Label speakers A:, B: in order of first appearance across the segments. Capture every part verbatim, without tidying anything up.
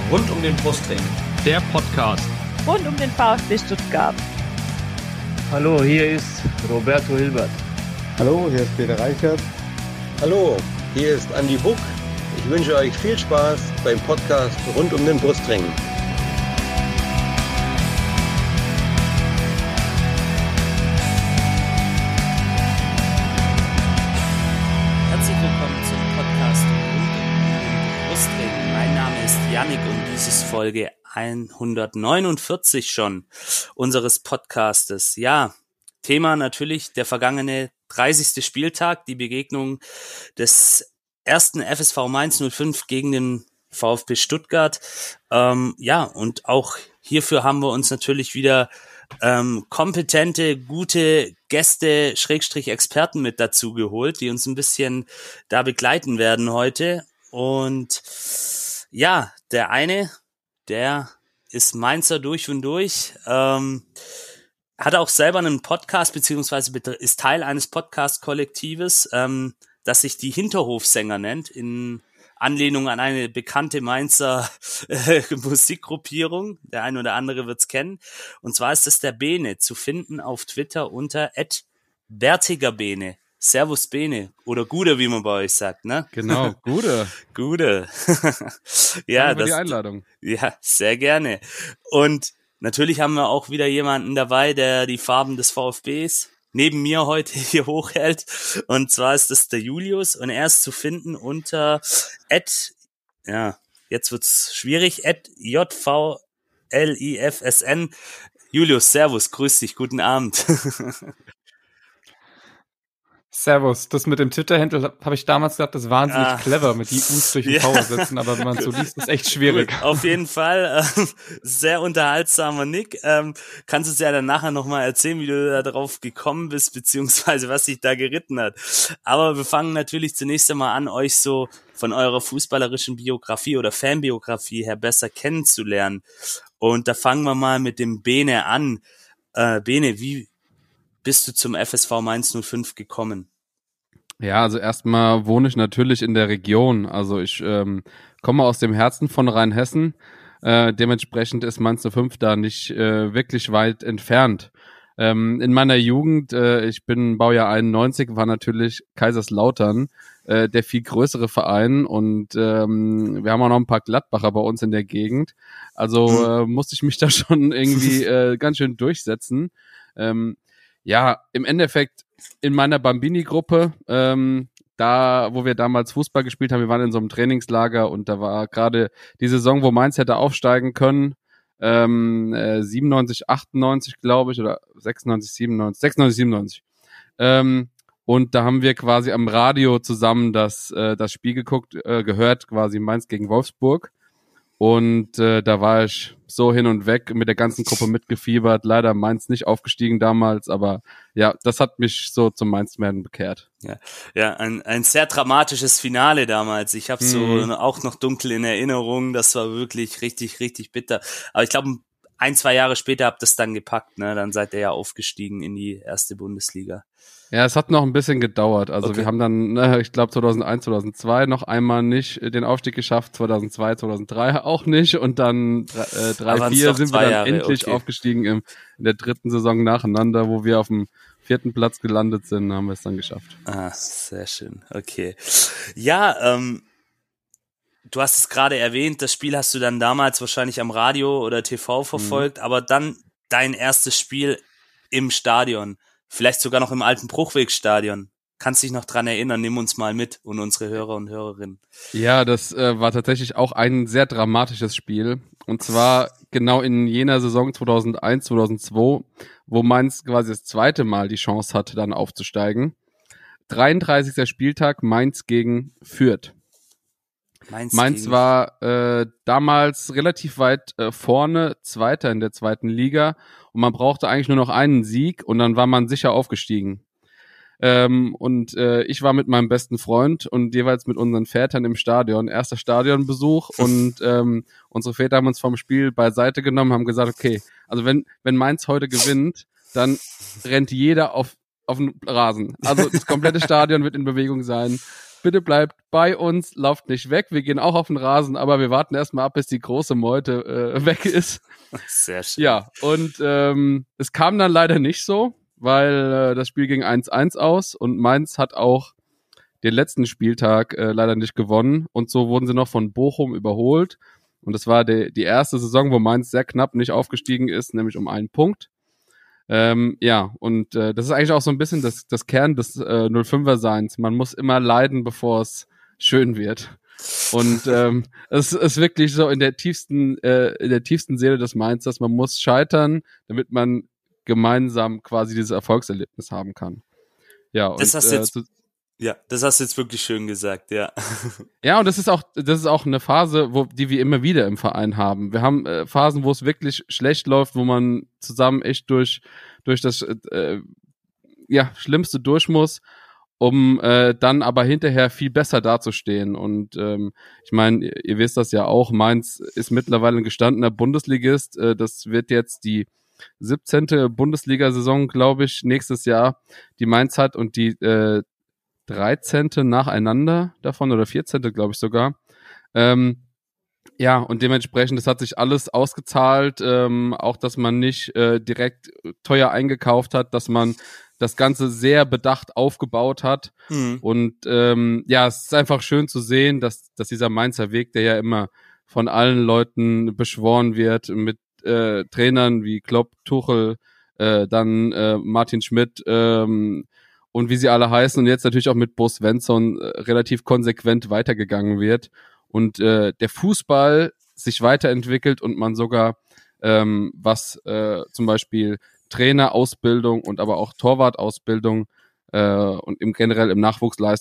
A: rund um den Brustring.
B: Der Podcast
C: rund um den VfB Stuttgart.
D: Hallo, hier ist Roberto Hilbert.
E: Hallo, hier ist Peter Reichert.
F: Hallo, hier ist Andi Buck. Ich wünsche euch viel Spaß beim Podcast rund um den Brustring.
G: Herzlich willkommen zum Podcast rund um den Brustring. Mein Name ist Yannick und dies ist Folge hundertneunundvierzig schon unseres Podcastes. Ja, Thema natürlich der vergangene dreißigste Spieltag, die Begegnung des ersten F S V Mainz null fünf gegen den VfB Stuttgart. Ähm, ja, und auch hierfür haben wir uns natürlich wieder ähm, kompetente, gute Gäste, Schrägstrich Experten mit dazu geholt, die uns ein bisschen da begleiten werden heute. Und ja, der eine, der ist Mainzer durch und durch, ähm, hat auch selber einen Podcast, beziehungsweise ist Teil eines Podcast-Kollektives, ähm, das sich die Hinterhofsänger nennt, in Anlehnung an eine bekannte Mainzer äh, Musikgruppierung. Der eine oder andere wird's kennen. Und zwar ist es der Bene, zu finden auf Twitter unter at bärtigerbene. Servus Bene. Oder Gude, wie man bei euch sagt, ne?
B: Genau, Gude.
G: Gude. Ja,
B: Danke für
G: das,
B: die Einladung.
G: Ja, sehr gerne. Und natürlich haben wir auch wieder jemanden dabei, der die Farben des VfBs neben mir heute hier hochhält. Und zwar ist das der Julius und er ist zu finden unter at, ja, jetzt wird's schwierig, at J V L I F S N. Julius, servus, grüß dich, guten Abend.
B: Servus, das mit dem Twitter-Handle habe ich damals gedacht, das ist wahnsinnig ah. clever, mit die U's durch den
G: ja.
B: V setzen, aber wenn man so liest, ist es echt schwierig.
G: Gut, auf jeden Fall, äh, sehr unterhaltsamer Nick. Ähm, kannst du uns ja dann nachher nochmal erzählen, wie du da drauf gekommen bist, beziehungsweise was dich da geritten hat. Aber wir fangen natürlich zunächst einmal an, euch so von eurer fußballerischen Biografie oder Fanbiografie her besser kennenzulernen. Und da fangen wir mal mit dem Bene an. Äh, Bene, wie bist du zum F S V Mainz null fünf gekommen?
B: Ja, also erstmal wohne ich natürlich in der Region. Also ich ähm, komme aus dem Herzen von Rheinhessen. Äh, dementsprechend ist Mainz null fünf da nicht äh, wirklich weit entfernt. Ähm, in meiner Jugend, äh, ich bin Baujahr einundneunzig, war natürlich Kaiserslautern äh, der viel größere Verein und ähm, wir haben auch noch ein paar Gladbacher bei uns in der Gegend. Also äh, musste ich mich da schon irgendwie äh, ganz schön durchsetzen. Ähm, Ja, im Endeffekt in meiner Bambini-Gruppe, ähm, da, wo wir damals Fußball gespielt haben, wir waren in so einem Trainingslager und da war gerade die Saison, wo Mainz hätte aufsteigen können, ähm, äh, siebenundneunzig, achtundneunzig, glaube ich, oder sechsundneunzig, siebenundneunzig, sechsundneunzig, siebenundneunzig. Ähm, und da haben wir quasi am Radio zusammen das, äh, das Spiel geguckt, äh, gehört, quasi Mainz gegen Wolfsburg. Und äh, da war ich so hin und weg, mit der ganzen Gruppe mitgefiebert. Leider Mainz nicht aufgestiegen damals, aber ja, das hat mich so zum Mainz-Werden bekehrt.
G: Ja, ja, ein ein sehr dramatisches Finale damals. Ich habe so mhm. auch noch dunkel in Erinnerung. Das war wirklich richtig, richtig bitter. Aber ich glaube, ein, zwei Jahre später habt ihr das dann gepackt, ne? Dann seid ihr ja aufgestiegen in die erste Bundesliga.
B: Ja, es hat noch ein bisschen gedauert. Also okay. Wir haben dann, ne, ich glaube zweitausendeins, zweitausendzwei noch einmal nicht den Aufstieg geschafft, zweitausendzwei, zweitausenddrei auch nicht und dann äh, drei, vier sind wir dann Jahre. endlich okay. aufgestiegen im, in der dritten Saison nacheinander, wo wir auf dem vierten Platz gelandet sind, haben wir es dann geschafft.
G: Ah, sehr schön. Okay. Ja, ähm, du hast es gerade erwähnt, das Spiel hast du dann damals wahrscheinlich am Radio oder T V verfolgt, mhm. aber dann dein erstes Spiel im Stadion. Vielleicht sogar noch im alten Bruchwegstadion. Kannst dich noch dran erinnern? Nimm uns mal mit und unsere Hörer und Hörerinnen.
B: Ja, das äh, war tatsächlich auch ein sehr dramatisches Spiel. Und zwar genau in jener Saison zweitausendeins, zweitausendzwei, wo Mainz quasi das zweite Mal die Chance hatte, dann aufzusteigen. dreiunddreißigster Spieltag, Mainz gegen Fürth. Mainz, Mainz war äh, damals relativ weit äh, vorne, Zweiter in der zweiten Liga und man brauchte eigentlich nur noch einen Sieg und dann war man sicher aufgestiegen. Ähm, und äh, ich war mit meinem besten Freund und jeweils mit unseren Vätern im Stadion, erster Stadionbesuch und ähm, unsere Väter haben uns vom Spiel beiseite genommen, haben gesagt, okay, also wenn wenn Mainz heute gewinnt, dann rennt jeder auf auf den Rasen. Also das komplette Stadion wird in Bewegung sein. bitte bleibt bei uns, lauft nicht weg, wir gehen auch auf den Rasen, aber wir warten erstmal ab, bis die große Meute äh, weg ist.
G: Sehr schön.
B: Ja, und ähm, es kam dann leider nicht so, weil äh, das Spiel ging eins eins aus und Mainz hat auch den letzten Spieltag äh, leider nicht gewonnen und so wurden sie noch von Bochum überholt und das war die, die erste Saison, wo Mainz sehr knapp nicht aufgestiegen ist, nämlich um einen Punkt. Ähm, ja, und äh, das ist eigentlich auch so ein bisschen das, das Kern des äh, null fünfer-Seins. Man muss immer leiden, bevor es schön wird. Und ähm, es ist wirklich so in der tiefsten, äh, in der tiefsten Seele des Mainzers, man muss scheitern, damit man gemeinsam quasi dieses Erfolgserlebnis haben kann. Ja, und
G: Das hast du
B: äh,
G: jetzt,
B: zu,
G: ja, das hast du jetzt wirklich schön gesagt, ja.
B: ja, und das ist auch, das ist auch eine Phase, wo, die wir immer wieder im Verein haben. Wir haben äh, Phasen, wo es wirklich schlecht läuft, wo man zusammen echt durch, durch das, äh, ja, Schlimmste durch muss, um äh, dann aber hinterher viel besser dazustehen. Und ähm, ich meine, ihr, ihr wisst das ja auch, Mainz ist mittlerweile ein gestandener Bundesligist. Äh, das wird jetzt die siebzehnte Bundesliga-Saison, glaube ich, nächstes Jahr, die Mainz hat und die äh, dreizehnte nacheinander davon oder vierzehnte glaube ich sogar. Ähm, ja, und dementsprechend, das hat sich alles ausgezahlt, ähm, auch dass man nicht äh, direkt teuer eingekauft hat, dass man das Ganze sehr bedacht aufgebaut hat. Mhm. Und ähm, ja, es ist einfach schön zu sehen, dass, dass dieser Mainzer Weg, der ja immer von allen Leuten beschworen wird, mit äh, Trainern wie Klopp, Tuchel, äh, dann äh, Martin Schmidt, ähm, und wie sie alle heißen und jetzt natürlich auch mit Bo Svensson äh, relativ konsequent weitergegangen wird und äh, der Fußball sich weiterentwickelt und man sogar ähm, was äh, zum Beispiel Trainerausbildung und aber auch Torwartausbildung äh, und im generell im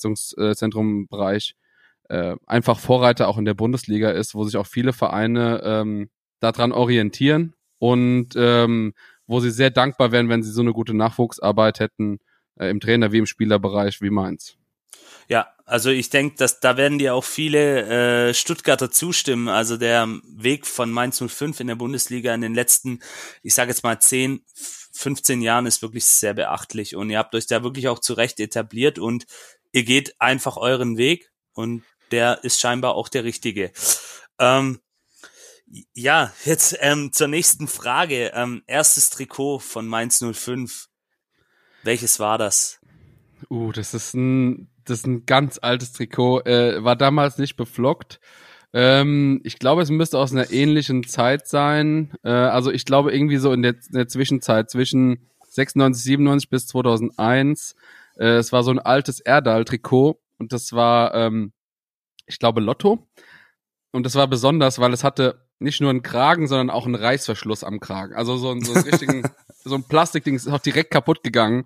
B: Nachwuchsleistungszentrum-Bereich äh, einfach Vorreiter auch in der Bundesliga ist, wo sich auch viele Vereine ähm, daran orientieren und ähm, wo sie sehr dankbar wären, wenn sie so eine gute Nachwuchsarbeit hätten, im Trainer wie im Spielerbereich wie Mainz.
G: Ja, also ich denke, dass da werden dir auch viele äh, Stuttgarter zustimmen. Also der Weg von Mainz null fünf in der Bundesliga in den letzten, ich sage jetzt mal zehn, fünfzehn Jahren ist wirklich sehr beachtlich und ihr habt euch da wirklich auch zurecht etabliert und ihr geht einfach euren Weg und der ist scheinbar auch der richtige. Ähm, ja, jetzt ähm, zur nächsten Frage. Ähm, erstes Trikot von Mainz null fünf. Welches war das?
B: Uh, das ist ein, das ist ein ganz altes Trikot. Äh, war damals nicht beflockt. Ähm, ich glaube, es müsste aus einer ähnlichen Zeit sein. Äh, also ich glaube irgendwie so in der, in der Zwischenzeit zwischen sechsundneunzig, siebenundneunzig bis zweitausendeins. Äh, es war so ein altes Erdal-Trikot und das war, ähm, ich glaube, Lotto. Und das war besonders, weil es hatte nicht nur einen Kragen, sondern auch einen Reißverschluss am Kragen. Also so, ein, so einen richtigen, so ein Plastikding ist auch direkt kaputt gegangen.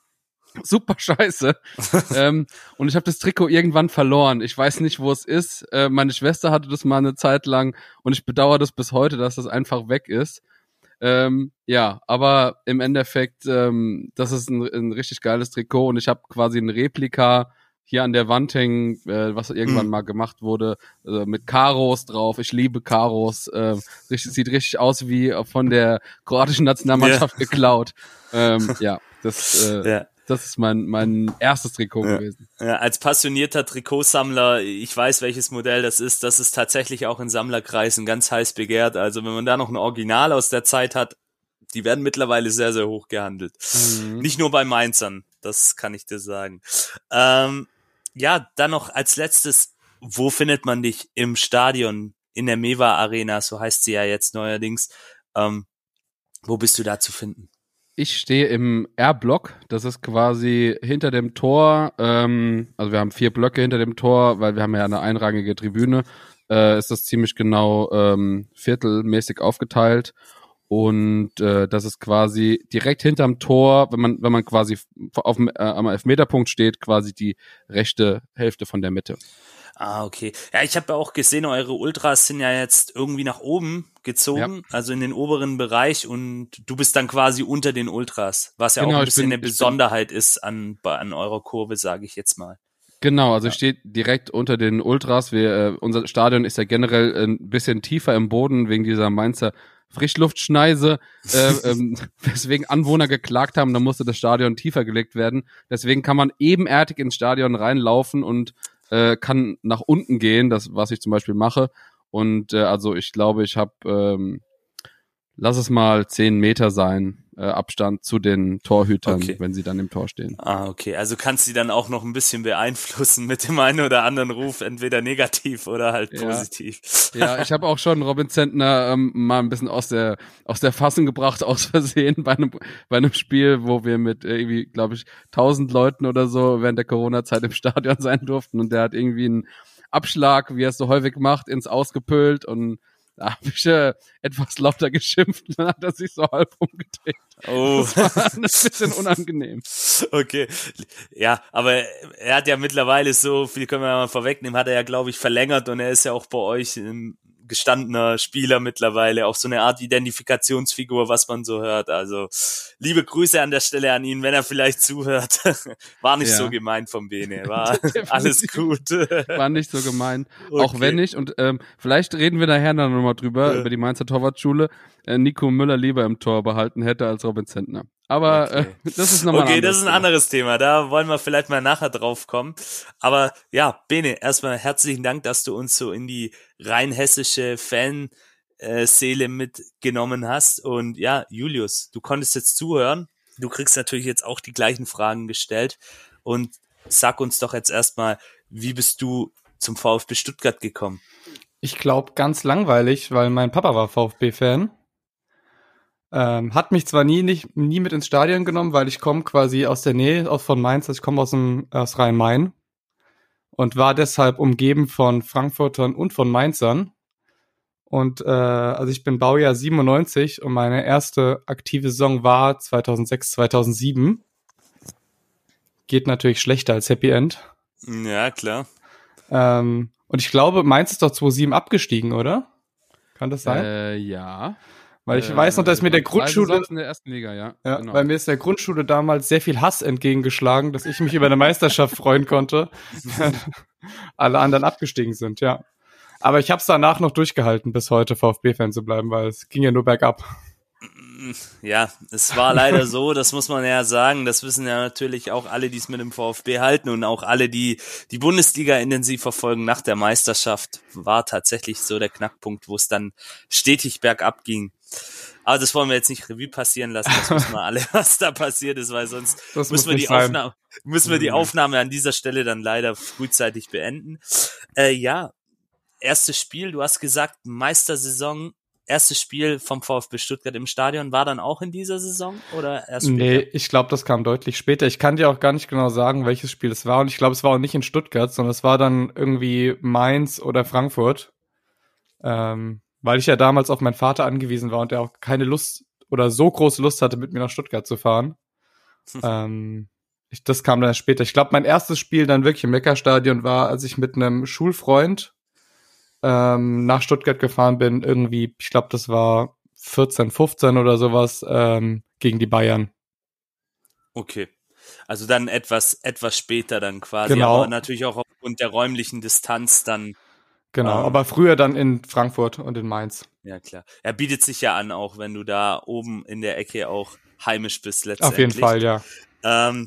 B: Super scheiße. ähm, und ich habe das Trikot irgendwann verloren. Ich weiß nicht, wo es ist. Äh, meine Schwester hatte das mal eine Zeit lang und ich bedauere das bis heute, dass das einfach weg ist. Ähm, ja, aber im Endeffekt, ähm, das ist ein, ein richtig geiles Trikot und ich habe quasi ein Replika hier an der Wand hängen, äh, was irgendwann mhm. mal gemacht wurde, äh, mit Karos drauf. Ich liebe Karos. Äh, richtig, sieht richtig aus wie von der kroatischen Nationalmannschaft ja. geklaut. Ähm, ja, das, äh, ja. das ist mein mein erstes Trikot
G: ja.
B: gewesen.
G: Ja, als passionierter Trikotsammler, ich weiß, welches Modell das ist. Das ist tatsächlich auch in Sammlerkreisen ganz heiß begehrt. Also wenn man da noch ein Original aus der Zeit hat, die werden mittlerweile sehr, sehr hoch gehandelt. Mhm. Nicht nur bei Mainzern, das kann ich dir sagen. Ähm, ja, dann noch als letztes, wo findet man dich im Stadion, in der Mewa Arena, so heißt sie ja jetzt neuerdings. Ähm, wo bist du da zu finden?
B: Ich stehe im R-Block, das ist quasi hinter dem Tor, ähm, also wir haben vier Blöcke hinter dem Tor, weil wir haben ja eine einrangige Tribüne, äh, ist das ziemlich genau ähm, viertelmäßig aufgeteilt. Und äh, das ist quasi direkt hinterm Tor, wenn man wenn man quasi auf dem, äh, am Elfmeterpunkt steht, quasi die rechte Hälfte von der Mitte.
G: Ah, okay. Ja, ich habe ja auch gesehen, eure Ultras sind ja jetzt irgendwie nach oben gezogen, ja. also in den oberen Bereich und du bist dann quasi unter den Ultras, was ja genau, auch ein bisschen bin, eine Besonderheit bin, ist an an eurer Kurve, sage ich jetzt mal.
B: Genau, also ja. steht direkt unter den Ultras. Wir, äh, unser Stadion ist ja generell ein bisschen tiefer im Boden wegen dieser Mainzer Frischluftschneise, äh, ähm, weswegen Anwohner geklagt haben, da musste das Stadion tiefer gelegt werden. Deswegen kann man ebenerdig ins Stadion reinlaufen und äh, kann nach unten gehen, das was ich zum Beispiel mache. Und äh, also ich glaube, ich habe, ähm, lass es mal zehn Meter sein, äh, Abstand zu den Torhütern,
G: Okay.
B: wenn sie dann im Tor stehen.
G: Ah, okay. Also kannst du sie dann auch noch ein bisschen beeinflussen mit dem einen oder anderen Ruf, entweder negativ oder halt
B: Ja.
G: positiv.
B: Ja, ich habe auch schon Robin Zentner ähm, mal ein bisschen aus der aus der Fassung gebracht, aus Versehen bei einem bei einem Spiel, wo wir mit äh, irgendwie, glaube ich, tausend Leuten oder so während der Corona-Zeit im Stadion sein durften und der hat irgendwie einen Abschlag, wie er es so häufig macht, ins Ausgepölt und da habe ich äh, etwas lauter geschimpft und dann hat er sich so halb umgedreht.
G: Oh.
B: Das war ein bisschen unangenehm.
G: Okay. Ja, aber er hat ja mittlerweile so viel, können wir ja mal vorwegnehmen, hat er ja, glaube ich, verlängert und er ist ja auch bei euch ein gestandener Spieler mittlerweile, auch so eine Art Identifikationsfigur, was man so hört. Also liebe Grüße an der Stelle an ihn, wenn er vielleicht zuhört. War nicht
B: Ja.
G: so gemeint vom Bene, war alles gut.
B: War nicht so gemein.
G: Okay.
B: Auch wenn ich, und ähm, vielleicht reden wir nachher dann nochmal drüber,
G: Ja.
B: über die Mainzer Torwartschule, äh, Nico Müller lieber im Tor behalten hätte als Robin Zentner. Aber
G: Okay.
B: äh, das ist nochmal
G: Okay,
B: ein
G: das ist ein
B: Thema.
G: anderes Thema. Da wollen wir vielleicht mal nachher drauf kommen. Aber ja, Bene, erstmal herzlichen Dank, dass du uns so in die rein hessische Fanseele mitgenommen hast. Und ja, Julius, du konntest jetzt zuhören. Du kriegst natürlich jetzt auch die gleichen Fragen gestellt. Und sag uns doch jetzt erstmal, wie bist du zum VfB Stuttgart gekommen?
E: Ich glaube, ganz langweilig, weil mein Papa war VfB-Fan. Ähm, hat mich zwar nie nicht nie mit ins Stadion genommen, weil ich komme quasi aus der Nähe aus von Mainz, also ich komme aus dem aus Rhein-Main und war deshalb umgeben von Frankfurtern und von Mainzern. Und äh, also ich bin Baujahr siebenundneunzig und meine erste aktive Saison war zweitausendsechs, zweitausendsieben. Geht natürlich schlechter als Happy End.
G: Ja, klar.
E: Ähm, und ich glaube, Mainz ist doch zweitausendsieben abgestiegen, oder? Kann das sein?
B: Äh, ja.
E: Weil ich
B: Äh,
E: weiß noch, dass mir der
B: drei
E: Grundschule,
B: Saisons in der ersten Liga, ja.
E: ja,
B: genau.
E: weil mir ist der Grundschule damals sehr viel Hass entgegengeschlagen, dass ich mich über eine Meisterschaft freuen konnte, alle anderen abgestiegen sind, ja. Aber ich habe es danach noch durchgehalten, bis heute VfB-Fan zu bleiben, weil es ging ja nur bergab.
G: Ja, es war leider so, das muss man ja sagen, das wissen ja natürlich auch alle, die es mit dem VfB halten und auch alle, die die Bundesliga intensiv verfolgen. Nach der Meisterschaft war tatsächlich so der Knackpunkt, wo es dann stetig bergab ging. Aber das wollen wir jetzt nicht Revue passieren lassen, das wissen wir alle, was da passiert ist, weil sonst
E: Das
G: müssen
E: muss
G: wir die
E: nicht sein.
G: Aufnahme, müssen wir die Aufnahme an dieser Stelle dann leider frühzeitig beenden. Äh, ja, erstes Spiel, du hast gesagt, Meistersaison. Erstes Spiel vom VfB Stuttgart im Stadion war dann auch in dieser Saison oder erst später?
E: Nee, ich glaube, das kam deutlich später. Ich kann dir auch gar nicht genau sagen, welches Spiel es war. Und ich glaube, es war auch nicht in Stuttgart, sondern es war dann irgendwie Mainz oder Frankfurt. Ähm, weil ich ja damals auf meinen Vater angewiesen war und der auch keine Lust oder so große Lust hatte, mit mir nach Stuttgart zu fahren. ähm, ich, das kam dann erst später. Ich glaube, mein erstes Spiel dann wirklich im Neckarstadion war, als ich mit einem Schulfreund ähm, nach Stuttgart gefahren bin, irgendwie, ich glaube, das war vierzehn, fünfzehn oder sowas, ähm, gegen die Bayern.
G: Okay. Also dann etwas, etwas später dann quasi,
E: Genau.
G: aber natürlich auch aufgrund der räumlichen Distanz dann,
E: Genau,
G: Ähm.
E: aber früher dann in Frankfurt und in Mainz.
G: ja klar. Er bietet sich ja an, auch wenn du da oben in der Ecke auch heimisch bist letztendlich.
E: Auf jeden Fall, ja.
G: Ähm,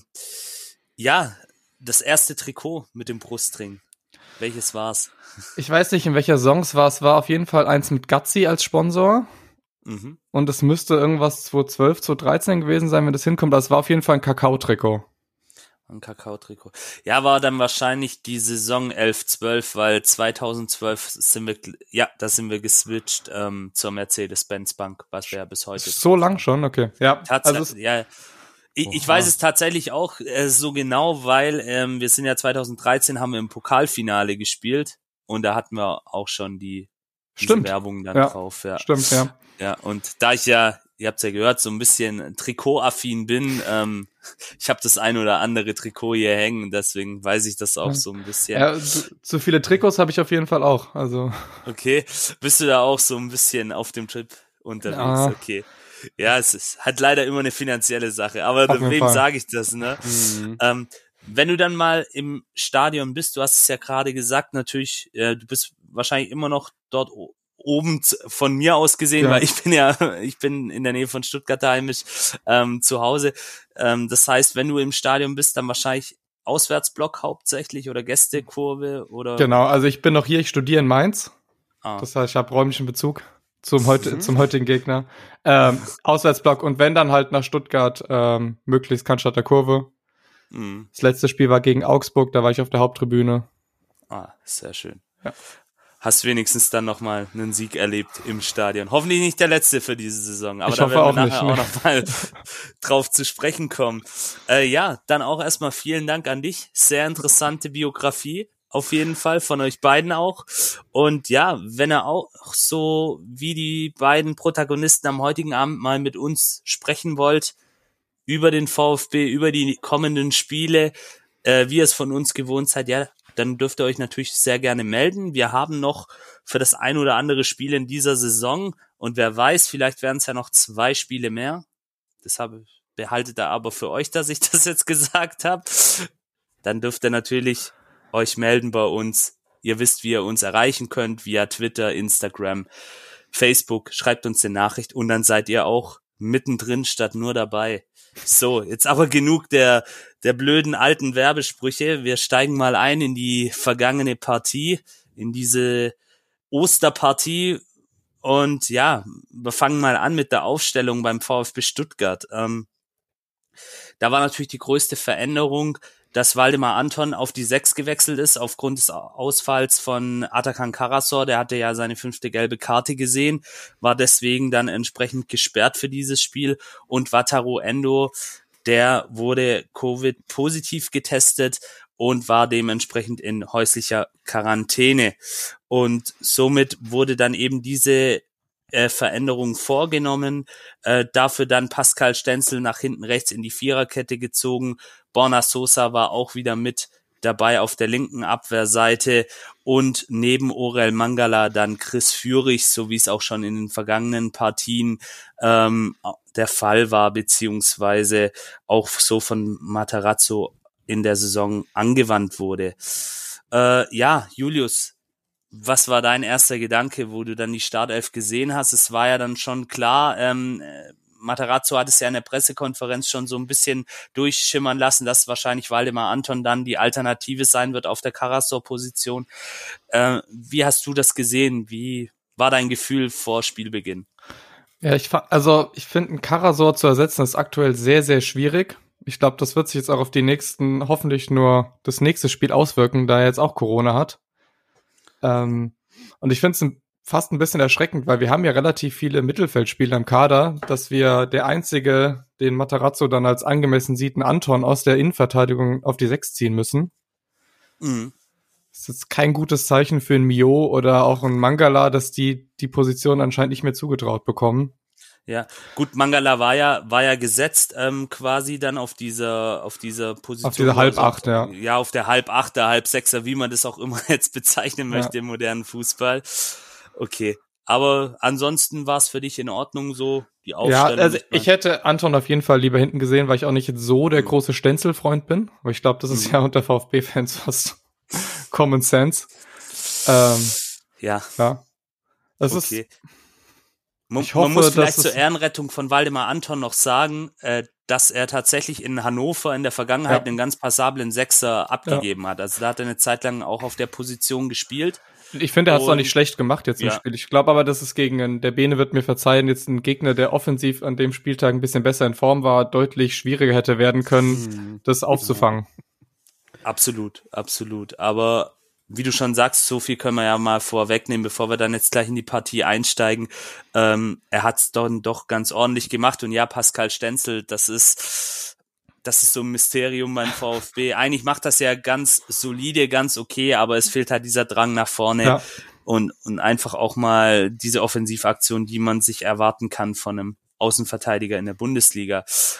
G: ja, das erste Trikot mit dem Brustring. Welches war's?
E: Ich weiß nicht, in welcher Saison es war. Es war auf jeden Fall eins mit Gazzi als Sponsor.
G: Mhm.
E: Und es müsste irgendwas zweitausendzwölf, zweitausenddreizehn gewesen sein, wenn das hinkommt. Das war auf jeden Fall ein Kakao-Trikot.
G: Ein Kakao-Trikot. Ja, war dann wahrscheinlich die Saison elf, zwölf, weil zweitausendzwölf sind wir, ja, da sind wir geswitcht ähm, zur Mercedes-Benz Bank, was wir ja bis heute.
E: So lang schon? Okay. Ja,
G: Tatsächlich,
E: also es,
G: ja. Ich, ich
B: Oha.
G: weiß es tatsächlich auch äh, so genau, weil ähm, wir sind ja zweitausenddreizehn, haben wir im Pokalfinale gespielt und da hatten wir auch schon die diese
E: Stimmt.
G: Werbung dann
E: Ja.
G: drauf. Ja.
E: stimmt, ja.
G: Ja, und da ich ja, ihr habt's ja gehört, so ein bisschen Trikot-affin bin, ähm, ich habe das ein oder andere Trikot hier hängen, deswegen weiß ich das auch
E: Ja.
G: so ein bisschen.
E: Ja, zu, zu viele Trikots habe ich auf jeden Fall auch. Also
G: Okay, bist du da auch so ein bisschen auf dem Trip unterwegs?
E: Ja.
G: Okay. Ja, es ist hat leider immer eine finanzielle Sache, aber
E: Auf jeden
G: wem
E: Fall.
G: sage ich das, ne?
B: Mhm.
G: Ähm, wenn du dann mal im Stadion bist, du hast es ja gerade gesagt, natürlich, äh, du bist wahrscheinlich immer noch dort o- oben z- von mir aus gesehen,
E: Ja.
G: weil ich bin ja, ich bin in der Nähe von Stuttgart heimisch ähm, zu Hause. Ähm, das heißt, wenn du im Stadion bist, dann wahrscheinlich Auswärtsblock hauptsächlich oder Gästekurve oder?
E: Genau, also ich bin noch hier, ich studiere in Mainz.
G: Ah.
E: Das heißt, ich habe räumlichen Bezug zum, heute, mhm. zum heutigen Gegner. Ähm, Auswärtsblock und wenn dann halt nach Stuttgart, ähm, möglichst Cannstatter Kurve. Mhm. Das letzte Spiel war gegen Augsburg, da war ich auf der Haupttribüne.
G: Ah, sehr schön.
E: Ja.
G: Hast wenigstens dann nochmal einen Sieg erlebt im Stadion. Hoffentlich nicht der letzte für diese Saison, aber
E: ich
G: da werden wir
E: auch
G: nachher
E: nicht,
G: auch nochmal drauf zu sprechen kommen. Äh, ja, dann auch erstmal vielen Dank an dich. Sehr interessante Biografie, auf jeden Fall, von euch beiden auch. Und ja, wenn ihr auch so wie die beiden Protagonisten am heutigen Abend mal mit uns sprechen wollt, über den VfB, über die kommenden Spiele, äh, wie ihr es von uns gewohnt seid, ja, dann dürft ihr euch natürlich sehr gerne melden. Wir haben noch für das ein oder andere Spiel in dieser Saison und wer weiß, vielleicht werden es ja noch zwei Spiele mehr. Deshalb behaltet ihr aber für euch, dass ich das jetzt gesagt habe. Dann dürft ihr natürlich euch melden bei uns. Ihr wisst, wie ihr uns erreichen könnt, via Twitter, Instagram, Facebook. Schreibt uns eine Nachricht und dann seid ihr auch mittendrin statt nur dabei. So, jetzt aber genug der der blöden alten Werbesprüche. Wir steigen mal ein in die vergangene Partie, in diese Osterpartie. Und ja, wir fangen mal an mit der Aufstellung beim VfB Stuttgart. Ähm, da war natürlich die größte Veränderung, dass Waldemar Anton auf die sechs gewechselt ist, aufgrund des Ausfalls von Atakan Karasor. Der hatte ja seine fünfte gelbe Karte gesehen, war deswegen dann entsprechend gesperrt für dieses Spiel. Und Wataru Endo, der wurde Covid-positiv getestet und war dementsprechend in häuslicher Quarantäne. Und somit wurde dann eben diese äh, Veränderung vorgenommen. Äh, dafür dann Pascal Stenzel nach hinten rechts in die Viererkette gezogen. Borna Sosa war auch wieder mit dabei auf der linken Abwehrseite und neben Orel Mangala dann Chris Führig, so wie es auch schon in den vergangenen Partien ähm, der Fall war, beziehungsweise auch so von Matarazzo in der Saison angewandt wurde. Äh, ja, Julius, was war dein erster Gedanke, wo du dann die Startelf gesehen hast? Es war ja dann schon klar, ähm, Matarazzo hat es ja in der Pressekonferenz schon so ein bisschen durchschimmern lassen, dass wahrscheinlich Waldemar Anton dann die Alternative sein wird auf der Karasor-Position. Äh, wie hast du das gesehen? Wie war dein Gefühl vor Spielbeginn?
E: Ja, ich also ich finde, einen Karasor zu ersetzen ist aktuell sehr, sehr schwierig. Ich glaube, das wird sich jetzt auch auf die nächsten, hoffentlich nur das nächste Spiel auswirken, da er jetzt auch Corona hat. Ähm, und ich finde es fast ein bisschen erschreckend, weil wir haben ja relativ viele Mittelfeldspieler im Kader, dass wir der einzige, den Matarazzo dann als angemessen sieht, einen Anton aus der Innenverteidigung auf die sechs ziehen müssen. Mhm. Das ist jetzt kein gutes Zeichen für einen Mio oder auch einen Mangala, dass die die Position anscheinend nicht mehr zugetraut bekommen.
G: Ja, gut, Mangala war ja war ja gesetzt ähm, quasi dann auf dieser auf dieser Position.
E: Auf dieser Halbacht,
G: also,
E: ja.
G: Ja, auf der Halbachter, Halbsechser, wie man das auch immer jetzt bezeichnen möchte, ja, im modernen Fußball. Okay, aber ansonsten war es für dich in Ordnung so, die Aufstellung?
E: Ja, also ich hätte Anton auf jeden Fall lieber hinten gesehen, weil ich auch nicht jetzt so der mhm. große Stenzel-Freund bin. Aber ich glaube, das ist mhm. ja unter VfB-Fans fast Common Sense. Ähm,
G: ja.
E: Ja. Das
G: okay.
E: ist...
G: Man,
E: ich hoffe,
G: man muss vielleicht
E: dass
G: zur Ehrenrettung von Waldemar Anton noch sagen, äh, dass er tatsächlich in Hannover in der Vergangenheit ja. einen ganz passablen Sechser abgegeben ja. hat. Also da hat er eine Zeit lang auch auf der Position gespielt.
E: Ich finde, er hat es auch nicht schlecht gemacht jetzt im
G: ja.
E: Spiel. Ich glaube aber, dass es gegen einen, der Bene wird mir verzeihen, jetzt ein Gegner, der offensiv an dem Spieltag ein bisschen besser in Form war, deutlich schwieriger hätte werden können, hm. das aufzufangen.
G: Absolut, absolut. Aber wie du schon sagst, so viel können wir ja mal vorwegnehmen, bevor wir dann jetzt gleich in die Partie einsteigen. Ähm, er hat es dann doch ganz ordentlich gemacht. Und ja, Pascal Stenzel, das ist, das ist so ein Mysterium beim VfB. Eigentlich macht das ja ganz solide, ganz okay, aber es fehlt halt dieser Drang nach vorne ja. und, und einfach auch mal diese Offensivaktion, die man sich erwarten kann von einem Außenverteidiger in der Bundesliga.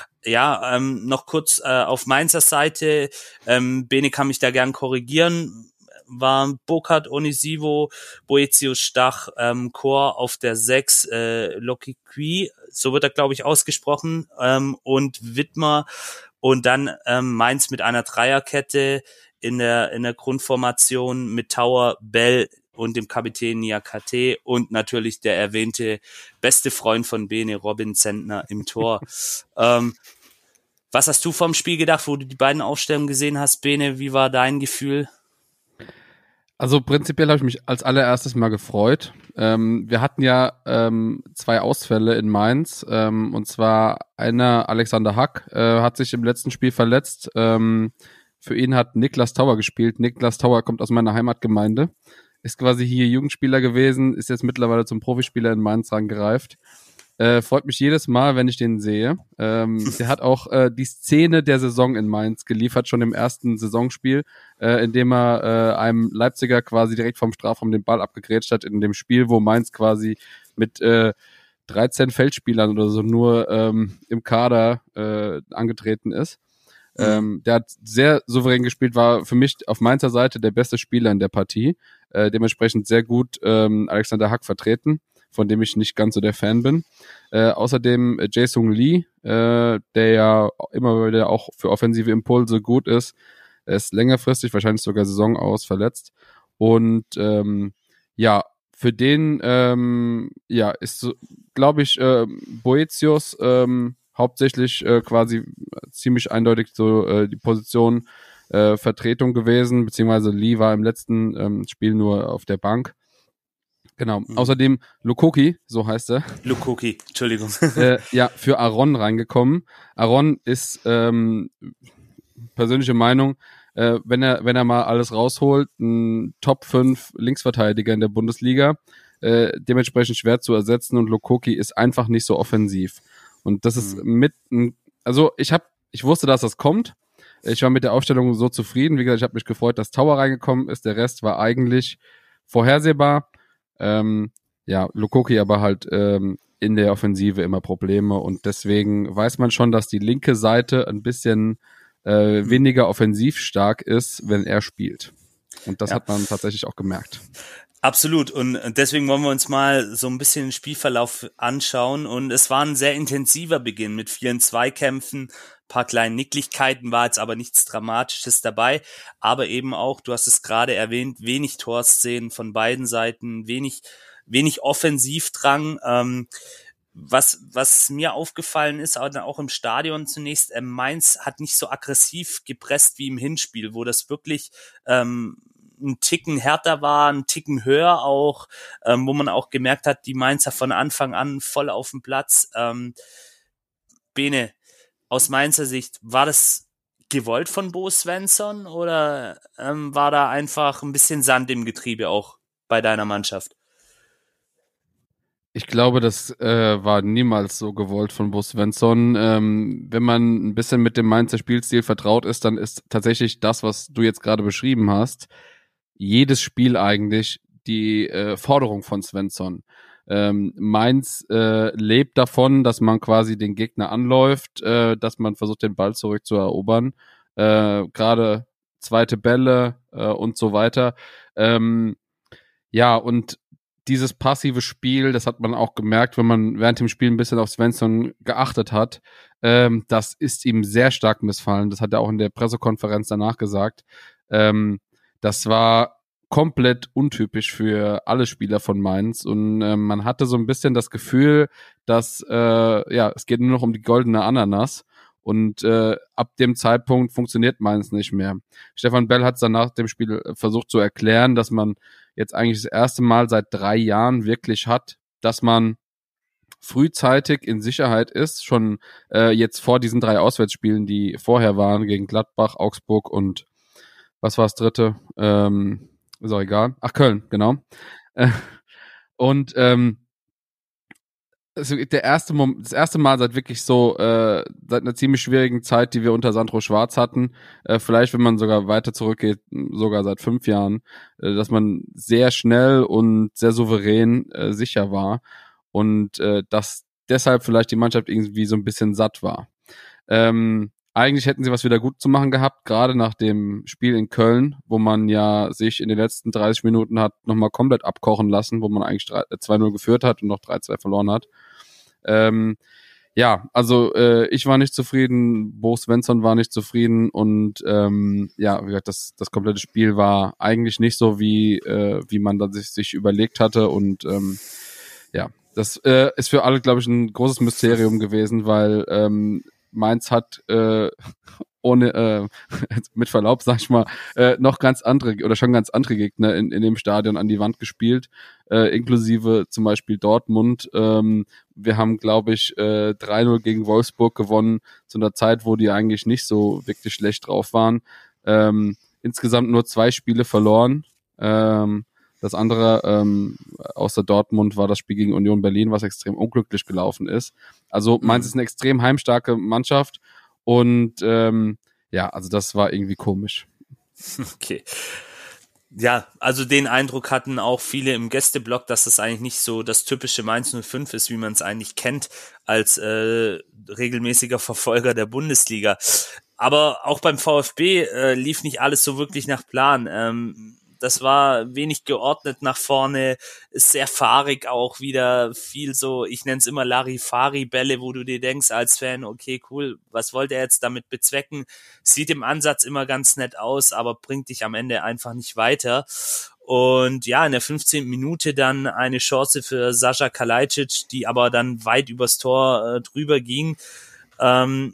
G: Ja, ähm, noch kurz äh, auf Mainzer Seite. Ähm, Bene kann mich da gern korrigieren. Waren Burkhardt, Onisivo, Boetius Stach, ähm, Chor auf der sechs, äh, Lokikui, so wird er, glaube ich, ausgesprochen, ähm, und Wittmer und dann ähm, Mainz mit einer Dreierkette in der in der Grundformation mit Tauer, Bell und dem Kapitän Niakate und natürlich der erwähnte beste Freund von Bene, Robin Zentner im Tor. ähm, Was hast du vom Spiel gedacht, wo du die beiden Aufstellungen gesehen hast, Bene? Wie war dein Gefühl?
B: Also prinzipiell habe ich mich als allererstes mal gefreut. Ähm, wir hatten ja ähm, zwei Ausfälle in Mainz. Ähm, und zwar einer, Alexander Hack, äh, hat sich im letzten Spiel verletzt. Ähm, für ihn hat Niklas Tauer gespielt. Niklas Tauer kommt aus meiner Heimatgemeinde. Ist quasi hier Jugendspieler gewesen, ist jetzt mittlerweile zum Profispieler in Mainz rangereift. Äh, freut mich jedes Mal, wenn ich den sehe. Ähm, der hat auch äh, die Szene der Saison in Mainz geliefert, schon im ersten Saisonspiel, äh, in dem er äh, einem Leipziger quasi direkt vom Strafraum den Ball abgegrätscht hat, in dem Spiel, wo Mainz quasi mit äh, dreizehn Feldspielern oder so nur ähm, im Kader äh, angetreten ist. Mhm. Ähm, der hat sehr souverän gespielt, war für mich auf Mainzer Seite der beste Spieler in der Partie. Äh, dementsprechend sehr gut ähm, Alexander Hack vertreten, von dem ich nicht ganz so der Fan bin. Äh, außerdem äh, Jae-Sung Lee, äh, der ja immer wieder auch für offensive Impulse gut ist. Er ist längerfristig, wahrscheinlich sogar Saison aus, verletzt. Und ähm, ja, für den ähm, ja ist, glaube ich, äh, Boetius ähm, hauptsächlich äh, quasi ziemlich eindeutig so äh, die Position äh, Vertretung gewesen, beziehungsweise Lee war im letzten ähm, Spiel nur auf der Bank. Genau. Mhm. Außerdem Lukoki, so heißt er.
G: Lukoki, Entschuldigung.
B: äh, ja, für Aron reingekommen. Aron ist ähm, persönliche Meinung, äh, wenn er wenn er mal alles rausholt, ein Top fünf Linksverteidiger in der Bundesliga, äh, dementsprechend schwer zu ersetzen, und Lukoki ist einfach nicht so offensiv. Und das ist mhm. mit, also ich habe, ich wusste, dass das kommt. Ich war mit der Aufstellung so zufrieden. Wie gesagt, ich habe mich gefreut, dass Tauer reingekommen ist. Der Rest war eigentlich vorhersehbar. Ähm, ja, Lukoki aber halt ähm, in der Offensive immer Probleme, und deswegen weiß man schon, dass die linke Seite ein bisschen äh, mhm. weniger offensiv stark ist, wenn er spielt. Und das ja. hat man tatsächlich auch gemerkt.
G: Absolut, und deswegen wollen wir uns mal so ein bisschen den Spielverlauf anschauen, und es war ein sehr intensiver Beginn mit vielen Zweikämpfen, paar kleinen Nicklichkeiten, war jetzt aber nichts Dramatisches dabei, aber eben auch, du hast es gerade erwähnt, wenig Torszenen von beiden Seiten, wenig wenig Offensivdrang. Ähm, was was mir aufgefallen ist, auch im Stadion zunächst, äh, Mainz hat nicht so aggressiv gepresst wie im Hinspiel, wo das wirklich ähm, ein Ticken härter war, ein Ticken höher auch, ähm, wo man auch gemerkt hat, die Mainzer von Anfang an voll auf dem Platz. Ähm, Bene, aus Mainzer Sicht, war das gewollt von Bo Svensson, oder ähm, war da einfach ein bisschen Sand im Getriebe auch bei deiner Mannschaft?
B: Ich glaube, das äh, war niemals so gewollt von Bo Svensson. Ähm, wenn man ein bisschen mit dem Mainzer Spielstil vertraut ist, dann ist tatsächlich das, was du jetzt gerade beschrieben hast, jedes Spiel eigentlich die äh, Forderung von Svensson. Ähm, Mainz äh, lebt davon, dass man quasi den Gegner anläuft, äh, dass man versucht, den Ball zurückzuerobern, äh, gerade zweite Bälle äh, und so weiter. Ähm, ja, und dieses passive Spiel, das hat man auch gemerkt, wenn man während dem Spiel ein bisschen auf Svensson geachtet hat, ähm, das ist ihm sehr stark missfallen. Das hat er auch in der Pressekonferenz danach gesagt. Ähm, das war komplett untypisch für alle Spieler von Mainz, und äh, man hatte so ein bisschen das Gefühl, dass äh, ja, es geht nur noch um die goldene Ananas, und äh, ab dem Zeitpunkt funktioniert Mainz nicht mehr. Stefan Bell hat es dann nach dem Spiel versucht zu erklären, dass man jetzt eigentlich das erste Mal seit drei Jahren wirklich hat, dass man frühzeitig in Sicherheit ist, schon äh, jetzt vor diesen drei Auswärtsspielen, die vorher waren, gegen Gladbach, Augsburg und was war das dritte? Ähm, ist auch egal. Ach, Köln, genau. Äh, und ähm, also der erste Mom- das erste Mal seit wirklich so, äh, seit einer ziemlich schwierigen Zeit, die wir unter Sandro Schwarz hatten, äh, vielleicht, wenn man sogar weiter zurückgeht, sogar seit fünf Jahren, äh, dass man sehr schnell und sehr souverän äh, sicher war, und äh, dass deshalb vielleicht die Mannschaft irgendwie so ein bisschen satt war. Ähm, Eigentlich hätten sie was wieder gut zu machen gehabt, gerade nach dem Spiel in Köln, wo man ja sich in den letzten dreißig Minuten hat nochmal komplett abkochen lassen, wo man eigentlich zwei null geführt hat und noch drei zwei verloren hat. Ähm, ja, also äh, ich war nicht zufrieden, Bo Svensson war nicht zufrieden, und ähm, ja, wie gesagt, das, das komplette Spiel war eigentlich nicht so, wie äh, wie man das sich, sich überlegt hatte, und ähm, ja, das äh, ist für alle, glaube ich, ein großes Mysterium gewesen, weil ähm, Mainz hat äh, ohne, äh, mit Verlaub, sag ich mal, äh, noch ganz andere oder schon ganz andere Gegner in, in dem Stadion an die Wand gespielt, äh, inklusive zum Beispiel Dortmund. Ähm, wir haben, glaube ich, äh, drei null gegen Wolfsburg gewonnen, zu einer Zeit, wo die eigentlich nicht so wirklich schlecht drauf waren. Ähm, insgesamt nur zwei Spiele verloren. Ähm, das andere, ähm, außer Dortmund, war das Spiel gegen Union Berlin, was extrem unglücklich gelaufen ist. Also Mainz mhm. ist eine extrem heimstarke Mannschaft. Und ähm, ja, also das war irgendwie komisch.
G: Okay. Ja, also den Eindruck hatten auch viele im Gästeblock, dass das eigentlich nicht so das typische Mainz null fünf ist, wie man es eigentlich kennt als äh, regelmäßiger Verfolger der Bundesliga. Aber auch beim VfB äh, lief nicht alles so wirklich nach Plan. Ähm, Das war wenig geordnet nach vorne, ist sehr fahrig auch wieder, viel so, ich nenne es immer Larifari-Bälle, wo du dir denkst als Fan, okay, cool, was wollte er jetzt damit bezwecken? Sieht im Ansatz immer ganz nett aus, aber bringt dich am Ende einfach nicht weiter. Und ja, in der fünfzehnten Minute dann eine Chance für Sascha Kalajdzic, die aber dann weit übers Tor äh, drüber ging. Ähm,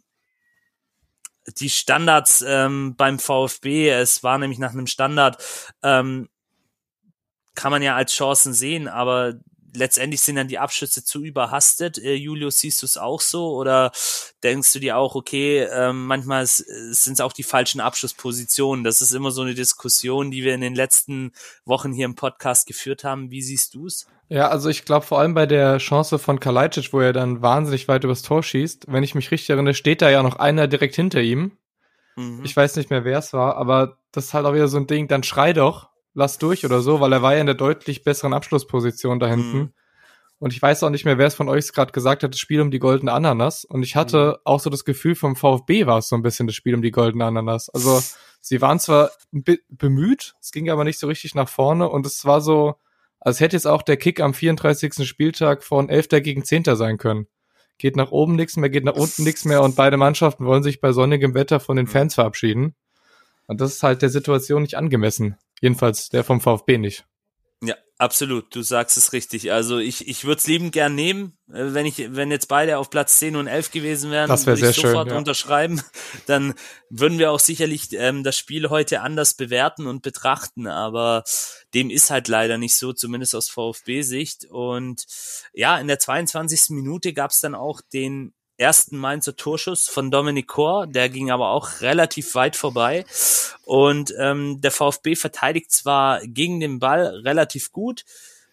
G: Die Standards ähm, beim VfB, es war nämlich nach einem Standard, ähm, kann man ja als Chancen sehen, aber letztendlich sind dann die Abschüsse zu überhastet. Äh, Julius, siehst du es auch so oder denkst du dir auch, okay, ähm, manchmal sind es auch die falschen Abschlusspositionen? Das ist immer so eine Diskussion, die wir in den letzten Wochen hier im Podcast geführt haben. Wie siehst du es?
E: Ja, also ich glaube vor allem bei der Chance von Kalajdzic, wo er dann wahnsinnig weit übers Tor schießt, wenn ich mich richtig erinnere, steht da ja noch einer direkt hinter ihm. Mhm. Ich weiß nicht mehr, wer es war, aber das ist halt auch wieder so ein Ding, dann schrei doch, lass durch oder so, weil er war ja in der deutlich besseren Abschlussposition da hinten. Mhm. Und ich weiß auch nicht mehr, wer es von euch gerade gesagt hat, das Spiel um die goldene Ananas. Und ich hatte mhm. auch so das Gefühl, vom VfB war es so ein bisschen das Spiel um die goldene Ananas. Also sie waren zwar be- bemüht, es ging aber nicht so richtig nach vorne und es war so, als hätte jetzt auch der Kick am vierunddreißigsten Spieltag von Elfter gegen Zehnter sein können. Geht nach oben nichts mehr, geht nach unten nichts mehr und beide Mannschaften wollen sich bei sonnigem Wetter von den Fans verabschieden. Und das ist halt der Situation nicht angemessen. Jedenfalls der vom VfB nicht.
G: Ja, absolut. Du sagst es richtig. Also ich ich würde es liebend gern nehmen, wenn ich wenn jetzt beide auf Platz zehn und elf gewesen wären,
E: das würde ich
G: sofort
E: schön, ja.
G: unterschreiben. Dann würden wir auch sicherlich ähm, das Spiel heute anders bewerten und betrachten. Aber dem ist halt leider nicht so, zumindest aus VfB-Sicht. Und ja, in der zweiundzwanzigsten Minute gab es dann auch den ersten Mainzer Torschuss von Dominik Kor, der ging aber auch relativ weit vorbei und ähm, der VfB verteidigt zwar gegen den Ball relativ gut,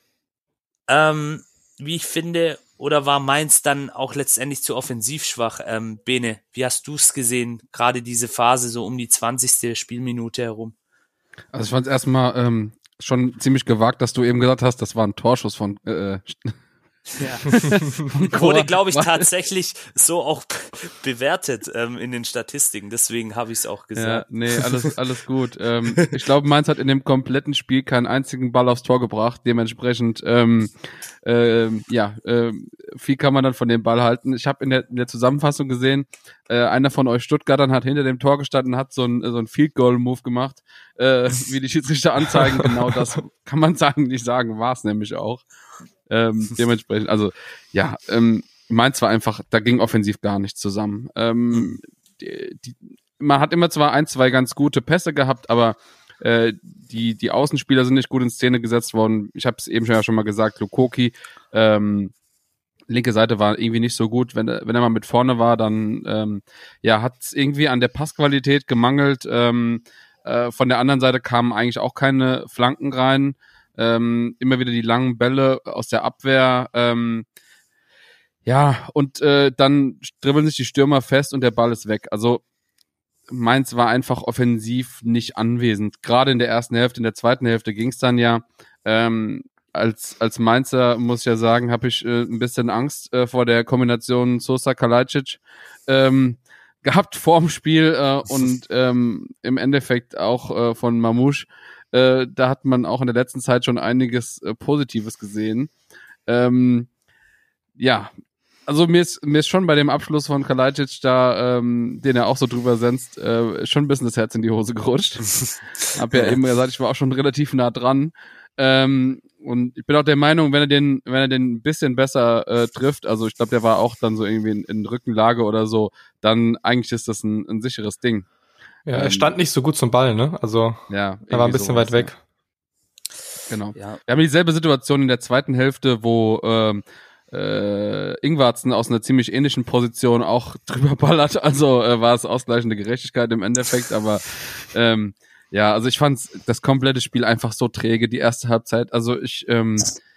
G: ähm, wie ich finde, oder war Mainz dann auch letztendlich zu offensiv schwach? Ähm, Bene, wie hast du es gesehen, gerade diese Phase so um die zwanzigste Spielminute herum?
B: Also ich fand es erstmal ähm, schon ziemlich gewagt, dass du eben gesagt hast, das war ein Torschuss von äh,
G: Ja. Wurde, glaube ich, tatsächlich so auch bewertet ähm, in den Statistiken. Deswegen habe ich es auch gesagt.
B: Ja, nee, alles, alles gut. ähm, ich glaube, Mainz hat in dem kompletten Spiel keinen einzigen Ball aufs Tor gebracht. Dementsprechend, ähm, ähm, ja, ähm, viel kann man dann von dem Ball halten. Ich habe in der, in der Zusammenfassung gesehen, äh, einer von euch Stuttgartern hat hinter dem Tor gestanden, hat so ein so ein Field Goal Move gemacht, äh, wie die Schiedsrichter anzeigen. Genau das kann man sagen, nicht sagen, war es nämlich auch. Ähm, dementsprechend, also ja, ähm, Mainz war einfach, da ging offensiv gar nichts zusammen. Ähm, mhm. die, die, man hat immer zwar ein, zwei ganz gute Pässe gehabt, aber äh, die die Außenspieler sind nicht gut in Szene gesetzt worden. Ich habe es eben schon, ja schon mal gesagt, Lukoki, ähm, linke Seite war irgendwie nicht so gut. Wenn, wenn er mal mit vorne war, dann ähm, ja, hat es irgendwie an der Passqualität gemangelt. Ähm, äh, von der anderen Seite kamen eigentlich auch keine Flanken rein. Ähm, immer wieder die langen Bälle aus der Abwehr. Ähm, ja, und äh, dann dribbeln sich die Stürmer fest und der Ball ist weg. Also Mainz war einfach offensiv nicht anwesend. Gerade in der ersten Hälfte, in der zweiten Hälfte ging es dann ja. Ähm, als als Mainzer, muss ich ja sagen, habe ich äh, ein bisschen Angst äh, vor der Kombination Sosa-Kalajdzic ähm, gehabt vorm Spiel äh, und ähm, im Endeffekt auch äh, von Mamouche. Äh, da hat man auch in der letzten Zeit schon einiges äh, Positives gesehen. Ähm, ja, also mir ist mir ist schon bei dem Abschluss von Kalajdzic da, ähm, den er auch so drüber senzt, äh, schon ein bisschen das Herz in die Hose gerutscht. Hab ja eben gesagt, ich war auch schon relativ nah dran. Ähm, und ich bin auch der Meinung, wenn er den, wenn er den ein bisschen besser äh, trifft, also ich glaube, der war auch dann so irgendwie in, in Rückenlage oder so, dann eigentlich ist das ein, ein sicheres Ding.
E: Ja, er
B: Ähm,
E: stand nicht so gut zum Ball, ne? Also
B: Ja,
E: er war ein
B: irgendwie
E: bisschen
B: sowas,
E: weit weg.
B: Ja. Genau.
G: Ja.
B: Wir haben dieselbe Situation in der zweiten Hälfte, wo ähm, äh, Ingwarzen aus einer ziemlich ähnlichen Position auch drüber ballert. Also äh, war es ausgleichende Gerechtigkeit im Endeffekt, aber ähm, ja, also ich fand das komplette Spiel einfach so träge, die erste Halbzeit. Also ich ähm,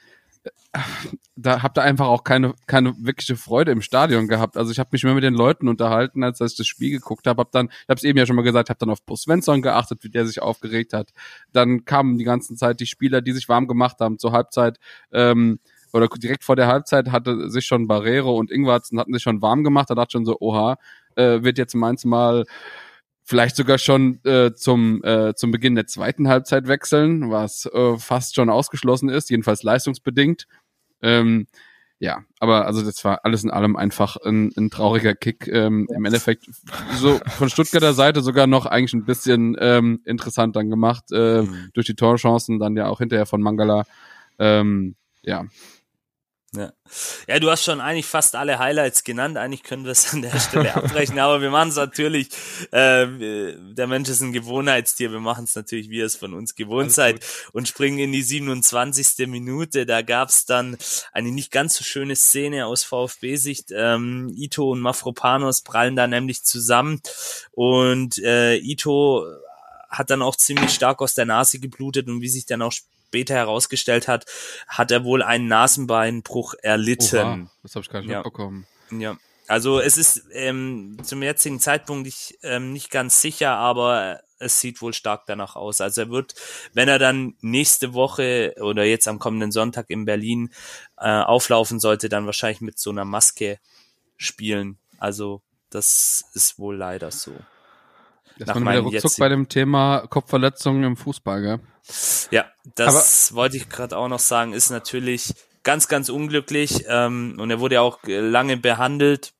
B: da hab da einfach auch keine keine wirkliche Freude im Stadion gehabt. Also ich habe mich mehr mit den Leuten unterhalten, als dass ich das Spiel geguckt habe. Hab dann, ich habe es eben ja schon mal gesagt, habe dann auf Bo Svensson geachtet, wie der sich aufgeregt hat. Dann kamen die ganze Zeit die Spieler, die sich warm gemacht haben zur Halbzeit. Ähm, oder direkt vor der Halbzeit hatte sich schon Barrero und Ingwarzen hatten sich schon warm gemacht. Da dachte ich schon so, oha, äh, wird jetzt Mainz mal vielleicht sogar schon äh, zum äh, zum Beginn der zweiten Halbzeit wechseln, was äh, fast schon ausgeschlossen ist, jedenfalls leistungsbedingt. Ähm, ja, aber also das war alles in allem einfach ein, ein trauriger Kick. Ähm, Im Endeffekt so von Stuttgarter Seite sogar noch eigentlich ein bisschen ähm, interessant dann gemacht, äh,
G: Mhm.
B: durch die Torchancen, dann ja auch hinterher von Mangala. Ähm, ja.
G: Ja. ja, du hast schon eigentlich fast alle Highlights genannt. Eigentlich können wir es an der Stelle abbrechen, aber wir machen es natürlich, äh, der Mensch ist ein Gewohnheitstier, wir machen es natürlich, wie ihr es von uns gewohnt seid und springen in die siebenundzwanzigste Minute. Da gab es dann eine nicht ganz so schöne Szene aus VfB-Sicht. Ähm, Ito und Mavropanos prallen da nämlich zusammen und äh, Ito hat dann auch ziemlich stark aus der Nase geblutet und wie sich dann auch später herausgestellt hat, hat er wohl einen Nasenbeinbruch erlitten.
B: Oha, das habe ich gar nicht
G: Ja.
B: mitbekommen.
G: Ja, also es ist ähm, zum jetzigen Zeitpunkt nicht, ähm, nicht ganz sicher, aber es sieht wohl stark danach aus. Also er wird, wenn er dann nächste Woche oder jetzt am kommenden Sonntag in Berlin äh, auflaufen sollte, dann wahrscheinlich mit so einer Maske spielen. Also das ist wohl leider so.
B: Das
G: Nach
B: war wieder
G: meinem
B: ruckzuck
G: jetzigen-
B: bei dem Thema Kopfverletzungen im Fußball, gell?
G: Ja, das wollte ich gerade auch noch sagen, ist natürlich ganz, ganz unglücklich ähm, und er wurde ja auch äh, lange behandelt,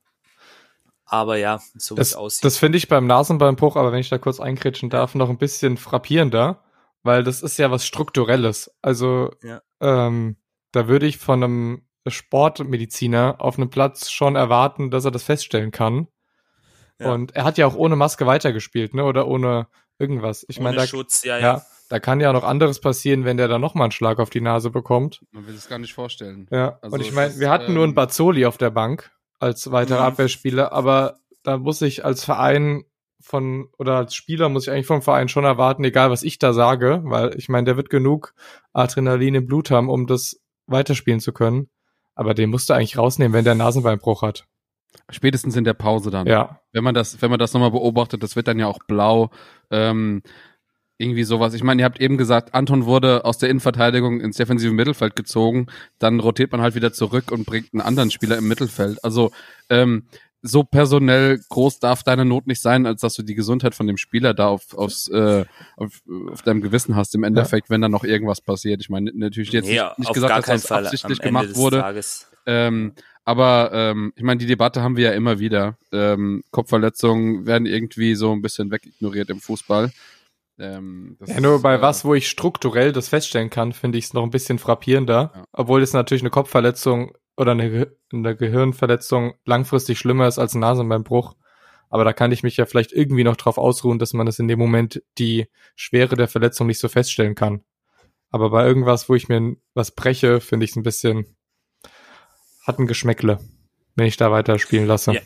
G: aber ja, so wie es
E: Das,
G: aussieht.
E: das finde ich beim Nasenbeinbruch, aber wenn ich da kurz einkrätschen darf, noch ein bisschen frappierender, weil das ist ja was Strukturelles. Also
G: Ja.
E: ähm, da würde ich von einem Sportmediziner auf einem Platz schon erwarten, dass er das feststellen kann.
G: Ja.
E: Und er hat ja auch ohne Maske weitergespielt, ne? Oder ohne irgendwas. Ich
G: Ohne
E: meine, da,
G: Schutz, ja, ja.
E: ja, da kann ja noch anderes passieren, wenn der da nochmal einen Schlag auf die Nase bekommt.
B: Man will es gar nicht vorstellen.
E: Ja,
B: Also
E: und ich meine,
B: das,
E: wir hatten nur einen
B: ähm,
E: Bazzoli auf der Bank als weiterer
G: Mhm.
E: Abwehrspieler, aber da muss ich als Verein von, oder als Spieler muss ich eigentlich vom Verein schon erwarten, egal was ich da sage, weil ich meine, der wird genug Adrenalin im Blut haben, um das weiterspielen zu können. Aber den musst du eigentlich rausnehmen, wenn der einen Nasenbeinbruch hat.
B: Spätestens in der Pause dann.
E: Ja.
B: Wenn man das, wenn man das nochmal beobachtet, das wird dann ja auch blau. Ähm, irgendwie sowas. Ich meine, ihr habt eben gesagt, Anton wurde aus der Innenverteidigung ins defensive Mittelfeld gezogen. Dann rotiert man halt wieder zurück und bringt einen anderen Spieler im Mittelfeld. Also ähm, so personell groß darf deine Not nicht sein, als dass du die Gesundheit von dem Spieler da auf, aufs, äh, auf, auf deinem Gewissen hast im Endeffekt, wenn da noch irgendwas passiert. Ich meine, natürlich jetzt
G: Nee,
B: nicht, nicht
G: auf
B: gesagt,
G: gar
B: dass
G: keinen
B: das
G: Fall
B: absichtlich
G: am Ende
B: gemacht
G: des
B: wurde.
G: Tages.
B: Ähm, aber ähm, ich meine, die Debatte haben wir ja immer wieder. Ähm, Kopfverletzungen werden irgendwie so ein bisschen wegignoriert im Fußball. Ähm, das
E: Ja, nur bei
B: ist, äh,
E: was, wo ich strukturell das feststellen kann, finde ich es noch ein bisschen frappierender.
B: Ja.
E: Obwohl es natürlich eine Kopfverletzung oder eine, Ge- eine Gehirnverletzung langfristig schlimmer ist als ein Nasenbeinbruch. Aber da kann ich mich ja vielleicht irgendwie noch drauf ausruhen, dass man das in dem Moment die Schwere der Verletzung nicht so feststellen kann. Aber bei irgendwas, wo ich mir was breche, finde ich es ein bisschen, hat ein Geschmäckle, wenn ich da weiter spielen lasse.
G: Ja.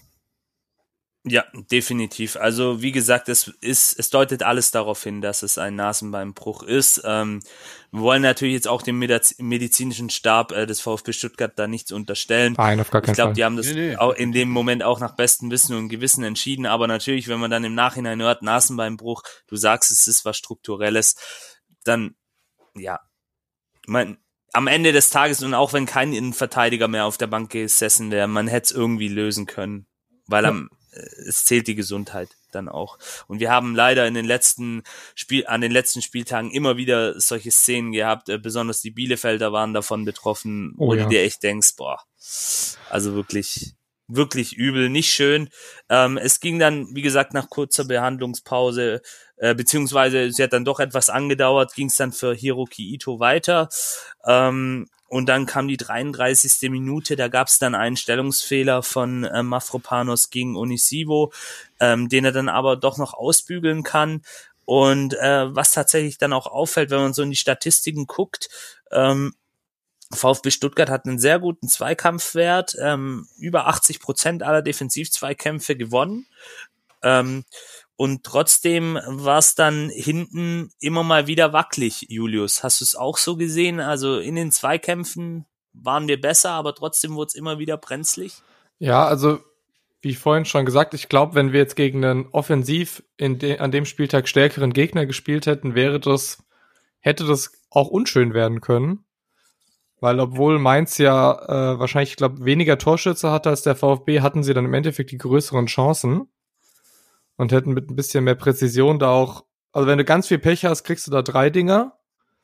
G: Ja, definitiv. Also wie gesagt, es ist, es deutet alles darauf hin, dass es ein Nasenbeinbruch ist. Ähm, wir wollen natürlich jetzt auch dem Mediz- medizinischen Stab äh, des VfB Stuttgart da nichts unterstellen.
E: Nein, auf gar
G: Ich
E: keinen
G: glaube,
E: Fall.
G: die haben das
B: Nee, nee.
G: auch in dem Moment auch nach bestem Wissen und Gewissen entschieden. Aber natürlich, wenn man dann im Nachhinein hört, Nasenbeinbruch, du sagst, es ist was Strukturelles, dann, ja, man, am Ende des Tages und auch wenn kein Innenverteidiger mehr auf der Bank gesessen wäre, man hätte es irgendwie lösen können. Weil
E: Ja.
G: am, es zählt die Gesundheit dann auch. Und wir haben leider in den letzten Spiel, an den letzten Spieltagen immer wieder solche Szenen gehabt, äh, besonders die Bielefelder waren davon betroffen,
E: Oh
G: wo
E: ja.
G: du dir echt denkst, boah, also wirklich wirklich übel, nicht schön. Ähm, es ging dann, wie gesagt, nach kurzer Behandlungspause, äh, beziehungsweise sie hat dann doch etwas angedauert, ging es dann für Hiroki Ito weiter. Ähm, und dann kam die dreiunddreißigste Minute, da gab es dann einen Stellungsfehler von äh, Mavropanos gegen Onisivo, ähm, den er dann aber doch noch ausbügeln kann. Und äh, was tatsächlich dann auch auffällt, wenn man so in die Statistiken guckt, ähm, VfB Stuttgart hat einen sehr guten Zweikampfwert, ähm, über achtzig Prozent aller Defensivzweikämpfe gewonnen. Ähm, und trotzdem war es dann hinten immer mal wieder wackelig, Julius. Hast du es auch so gesehen? Also in den Zweikämpfen waren wir besser, aber trotzdem wurde es immer wieder brenzlig.
E: Ja, also wie vorhin schon gesagt, ich glaube, wenn wir jetzt gegen einen offensiv in de- an dem Spieltag stärkeren Gegner gespielt hätten, wäre das, hätte das auch unschön werden können. Weil obwohl Mainz ja äh, wahrscheinlich, ich glaube, weniger Torschütze hatte als der VfB, hatten sie dann im Endeffekt die größeren Chancen und hätten mit ein bisschen mehr Präzision da auch, also wenn du ganz viel Pech hast, kriegst du da drei Dinger.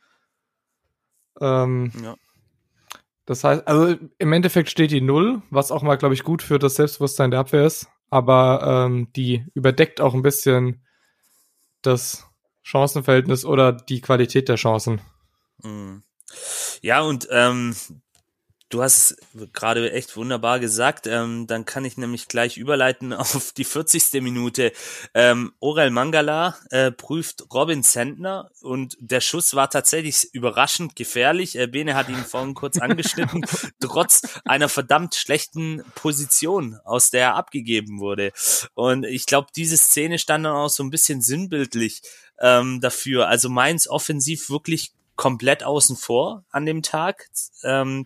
E: Ähm,
G: Ja.
E: Das heißt, also im Endeffekt steht die Null, was auch mal, glaube ich, gut für das Selbstbewusstsein der Abwehr ist, aber ähm, die überdeckt auch ein bisschen das Chancenverhältnis oder die Qualität der Chancen.
G: Mhm. Ja, und ähm, du hast es gerade echt wunderbar gesagt, ähm, dann kann ich nämlich gleich überleiten auf die vierzigste Minute. Ähm, Orel Mangala äh, prüft Robin Zentner und der Schuss war tatsächlich überraschend gefährlich. Äh, Bene hat ihn vorhin kurz angeschnitten, trotz einer verdammt schlechten Position, aus der er abgegeben wurde. Und ich glaube, diese Szene stand dann auch so ein bisschen sinnbildlich ähm, dafür. Also Mainz offensiv wirklich komplett außen vor an dem Tag. Ähm,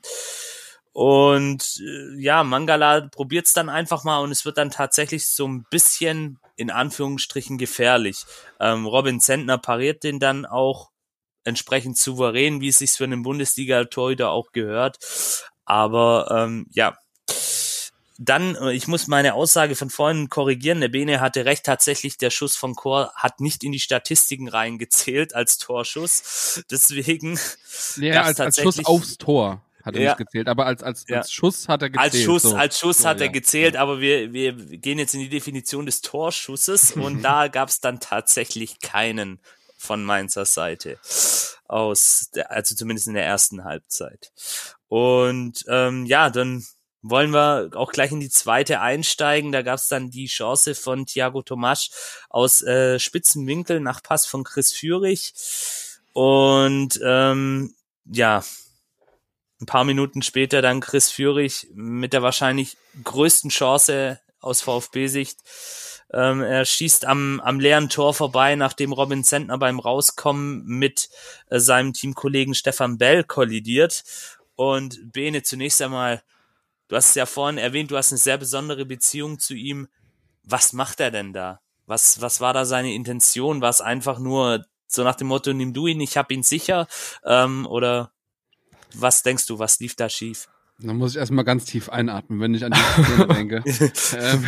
G: und äh, ja, Mangala probiert's dann einfach mal und es wird dann tatsächlich so ein bisschen in Anführungsstrichen gefährlich. Ähm, Robin Zentner pariert den dann auch entsprechend souverän, wie es sich für einen Bundesliga-Torhüter auch gehört. Aber ähm, ja, dann, ich muss meine Aussage von vorhin korrigieren, der Bene hatte recht, tatsächlich der Schuss von Chor hat nicht in die Statistiken reingezählt als Torschuss, deswegen
B: Ja, als, als Schuss aufs Tor hat er
G: ja.
B: nicht gezählt, aber als, als,
G: Ja.
B: als Schuss hat er gezählt.
G: Als Schuss,
B: so.
G: als Schuss
B: so,
G: hat er
B: ja.
G: gezählt,
B: ja.
G: aber wir, wir gehen jetzt in die Definition des Torschusses und da gab es dann tatsächlich keinen von Mainzer Seite aus, der, also zumindest in der ersten Halbzeit. Und ähm, ja, dann wollen wir auch gleich in die zweite einsteigen. Da gab es dann die Chance von Thiago Tomasch aus äh, spitzen Winkel nach Pass von Chris Führig. Und ähm, ja, ein paar Minuten später dann Chris Führig mit der wahrscheinlich größten Chance aus VfB-Sicht. Ähm, er schießt am, am leeren Tor vorbei, nachdem Robin Zentner beim Rauskommen mit äh, seinem Teamkollegen Stefan Bell kollidiert. Und Bene, zunächst einmal, du hast es ja vorhin erwähnt, du hast eine sehr besondere Beziehung zu ihm. Was macht er denn da? Was, was war da seine Intention? War es einfach nur so nach dem Motto, nimm du ihn, ich hab ihn sicher? Ähm, oder was denkst du, was lief da schief?
B: Dann muss ich erstmal ganz tief einatmen, wenn ich an die Szene denke. ähm,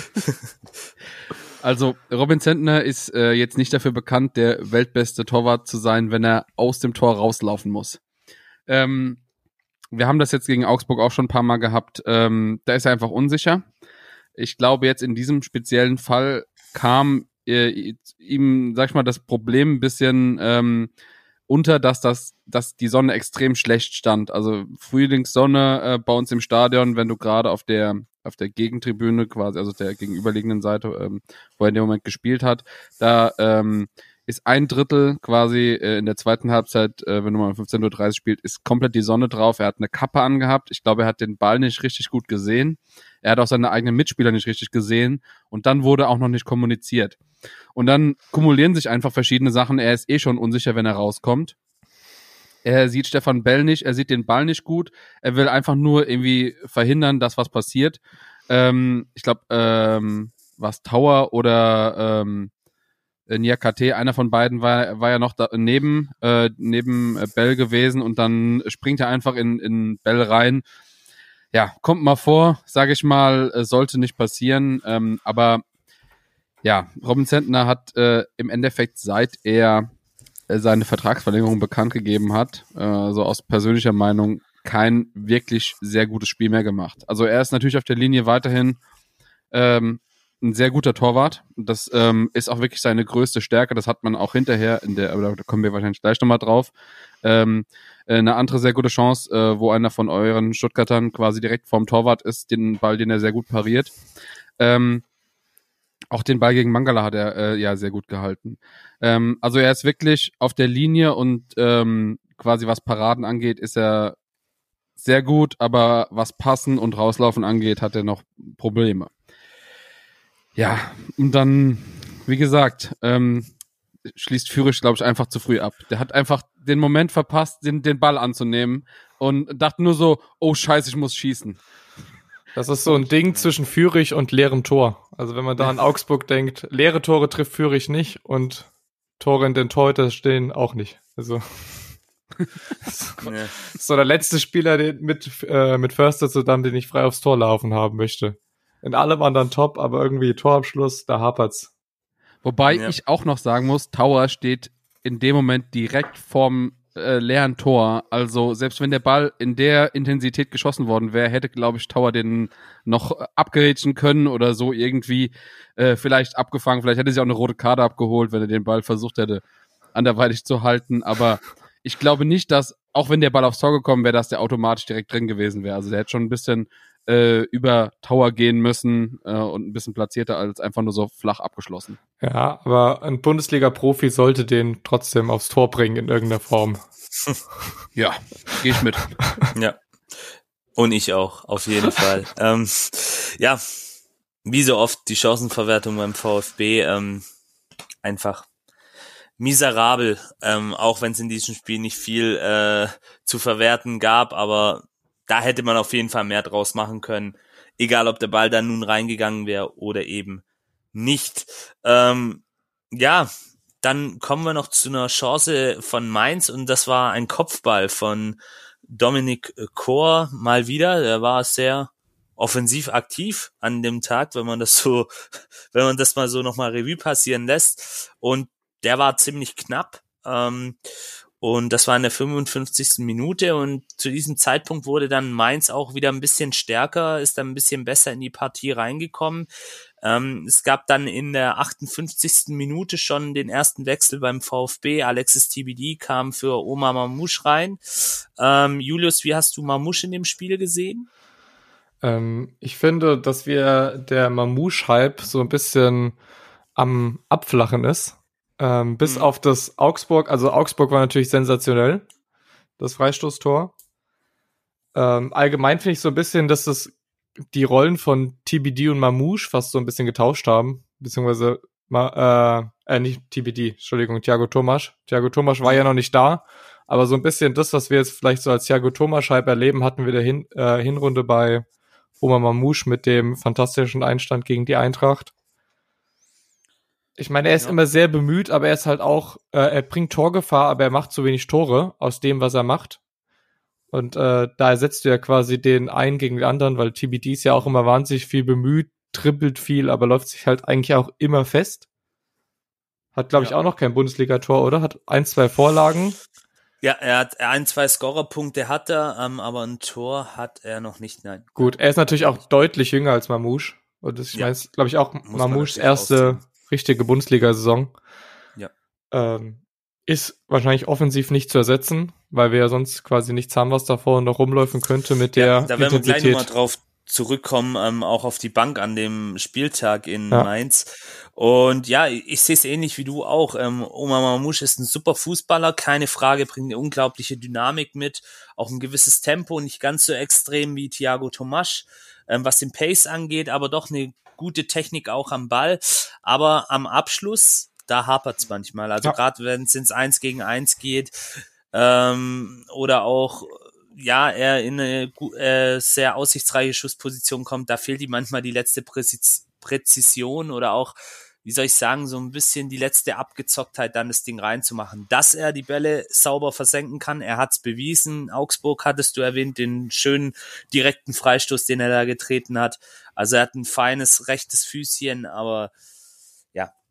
B: also Robin Zentner ist äh, jetzt nicht dafür bekannt, der weltbeste Torwart zu sein, wenn er aus dem Tor rauslaufen muss. Ähm, wir haben das jetzt gegen Augsburg auch schon ein paar Mal gehabt. Ähm, da ist er einfach unsicher. Ich glaube, jetzt in diesem speziellen Fall kam äh, ihm, sag ich mal, das Problem ein bisschen ähm, unter, dass das, dass die Sonne extrem schlecht stand. Also Frühlingssonne äh, bei uns im Stadion, wenn du gerade auf der auf der Gegentribüne quasi, also der gegenüberliegenden Seite, ähm, wo er in dem Moment gespielt hat, da ähm, ist ein Drittel quasi äh, in der zweiten Halbzeit, äh, wenn du mal um fünfzehn Uhr dreißig spielt, ist komplett die Sonne drauf. Er hat eine Kappe angehabt. Ich glaube, er hat den Ball nicht richtig gut gesehen. Er hat auch seine eigenen Mitspieler nicht richtig gesehen. Und dann wurde auch noch nicht kommuniziert. Und dann kumulieren sich einfach verschiedene Sachen. Er ist eh schon unsicher, wenn er rauskommt. Er sieht Stefan Bell nicht, er sieht den Ball nicht gut. Er will einfach nur irgendwie verhindern, dass was passiert. Ähm, ich glaube, ähm, was Tower oder ähm, Niakate, einer von beiden war, war ja noch da, neben, äh, neben Bell gewesen und dann springt er einfach in, in Bell rein. Ja, kommt mal vor, sage ich mal, sollte nicht passieren. Ähm, aber ja, Robin Zentner hat äh, im Endeffekt, seit er äh, seine Vertragsverlängerung bekannt gegeben hat, äh, so aus persönlicher Meinung, kein wirklich sehr gutes Spiel mehr gemacht. Also er ist natürlich auf der Linie weiterhin ähm, ein sehr guter Torwart. Das ähm, ist auch wirklich seine größte Stärke. Das hat man auch hinterher in der, aber da kommen wir wahrscheinlich gleich nochmal drauf. Ähm, eine andere sehr gute Chance, äh, wo einer von euren Stuttgartern quasi direkt vorm Torwart ist, den Ball, den er sehr gut pariert. Ähm, auch den Ball gegen Mangala hat er äh, ja sehr gut gehalten. Ähm, also er ist wirklich auf der Linie und ähm, quasi was Paraden angeht, ist er sehr gut, aber was Passen und Rauslaufen angeht, hat er noch Probleme. Ja, und dann, wie gesagt, ähm, schließt Führig, glaube ich, einfach zu früh ab. Der hat einfach den Moment verpasst, den, den Ball anzunehmen und dachte nur so, oh scheiße, ich muss schießen.
E: Das ist so ein Ding zwischen Führig und leerem Tor. Also wenn man da an Augsburg denkt, leere Tore trifft Führig nicht und Tore in den Torhüter stehen auch nicht. Also so,
G: Ja.
E: so der letzte Spieler den mit, äh, mit Förster zusammen, den ich frei aufs Tor laufen haben möchte. In allem anderen top, aber irgendwie Torabschluss, da hapert's.
B: Wobei
G: Ja.
B: ich auch noch sagen muss, Tower steht in dem Moment direkt vorm äh, leeren Tor. Also selbst wenn der Ball in der Intensität geschossen worden wäre, hätte, glaube ich, Tower den noch abgerätschen können oder so irgendwie äh, vielleicht abgefangen. Vielleicht hätte sich auch eine rote Karte abgeholt, wenn er den Ball versucht hätte, anderweitig zu halten. Aber ich glaube nicht, dass, auch wenn der Ball aufs Tor gekommen wäre, dass der automatisch direkt drin gewesen wäre. Also der hätte schon ein bisschen äh, über Tower gehen müssen äh, und ein bisschen platzierter als einfach nur so flach abgeschlossen.
E: Ja, aber ein Bundesliga-Profi sollte den trotzdem aufs Tor bringen in irgendeiner Form.
B: Ja, gehe ich mit.
G: Ja. Und ich auch, auf jeden Fall. Ähm, ja, wie so oft die Chancenverwertung beim VfB, ähm, einfach miserabel, ähm, auch wenn es in diesem Spiel nicht viel äh, zu verwerten gab, aber da hätte man auf jeden Fall mehr draus machen können, egal ob der Ball dann nun reingegangen wäre oder eben nicht. Ähm, ja, dann kommen wir noch zu einer Chance von Mainz und das war ein Kopfball von Dominik Kor mal wieder. Der war sehr offensiv aktiv an dem Tag, wenn man das so, wenn man das mal so nochmal Revue passieren lässt. Und der war ziemlich knapp. Ähm, und das war in der fünfundfünfzigsten Minute. Und zu diesem Zeitpunkt wurde dann Mainz auch wieder ein bisschen stärker, ist dann ein bisschen besser in die Partie reingekommen. Ähm, es gab dann in der achtundfünfzigsten Minute schon den ersten Wechsel beim VfB. Alexis T B D kam für Omar Mamouche rein. Ähm, Julius, wie hast du Mamouche in dem Spiel gesehen?
E: Ähm, ich finde, dass wir der Mamouche-Hype so ein bisschen am Abflachen ist. Ähm, bis
G: Mhm.
E: auf das Augsburg, also Augsburg war natürlich sensationell, das Freistoßtor. Ähm, allgemein finde ich so ein bisschen, dass das die Rollen von T B D und Mamouche fast so ein bisschen getauscht haben, beziehungsweise Ma, äh, äh, nicht T B D, Entschuldigung, Thiago Tomasch. Thiago Tomasch war ja noch nicht da, aber so ein bisschen das, was wir jetzt vielleicht so als Thiago Tomasch-Hype erleben, hatten wir der Hin äh, Hinrunde bei Omar Mamouche mit dem fantastischen Einstand gegen die Eintracht. Ich meine, er ist
G: Ja.
E: immer sehr bemüht, aber er ist halt auch, äh, er bringt Torgefahr, aber er macht zu wenig Tore aus dem, was er macht. Und äh, da ersetzt du ja quasi den einen gegen den anderen, weil T B D ist ja auch immer wahnsinnig viel bemüht, trippelt viel, aber läuft sich halt eigentlich auch immer fest. Hat, glaube ich,
G: Ja.
E: auch noch kein Bundesliga-Tor, oder? Hat ein, zwei Vorlagen.
G: Ja, er hat ein, zwei Scorerpunkte hat er, ähm, aber ein Tor hat er noch nicht, nein.
E: Gut, er ist natürlich auch deutlich jünger als Mamouche. Und das, ich
G: Ja.
E: meine, ist, glaube ich, auch
G: man
E: Mamouches
G: natürlich
E: erste
G: ausziehen.
E: richtige Bundesliga-Saison.
G: Ja.
E: Ähm, ist wahrscheinlich offensiv nicht zu ersetzen, weil wir ja sonst quasi nichts haben, was davor noch rumläufen könnte mit der
G: Ja, da werden wir gleich
E: Intensität.
G: nochmal drauf zurückkommen, ähm, auch auf die Bank an dem Spieltag in
E: Ja.
G: Mainz. Und ja, ich, ich sehe es ähnlich wie du auch. Ähm, Omar Mamouche ist ein super Fußballer, keine Frage, bringt eine unglaubliche Dynamik mit, auch ein gewisses Tempo, nicht ganz so extrem wie Thiago Tomasch, ähm, was den Pace angeht, aber doch eine gute Technik auch am Ball. Aber am Abschluss, da hapert's manchmal. Also
E: Ja.
G: gerade wenn es ins Eins gegen Eins geht, ähm, oder auch ja, er in eine gu- äh, sehr aussichtsreiche Schussposition kommt, da fehlt ihm manchmal die letzte Präzis- Präzision oder auch, wie soll ich sagen, so ein bisschen die letzte Abgezocktheit, dann das Ding reinzumachen. Dass er die Bälle sauber versenken kann, er hat's bewiesen. Augsburg hattest du erwähnt, den schönen direkten Freistoß, den er da getreten hat. Also er hat ein feines rechtes Füßchen, aber ja,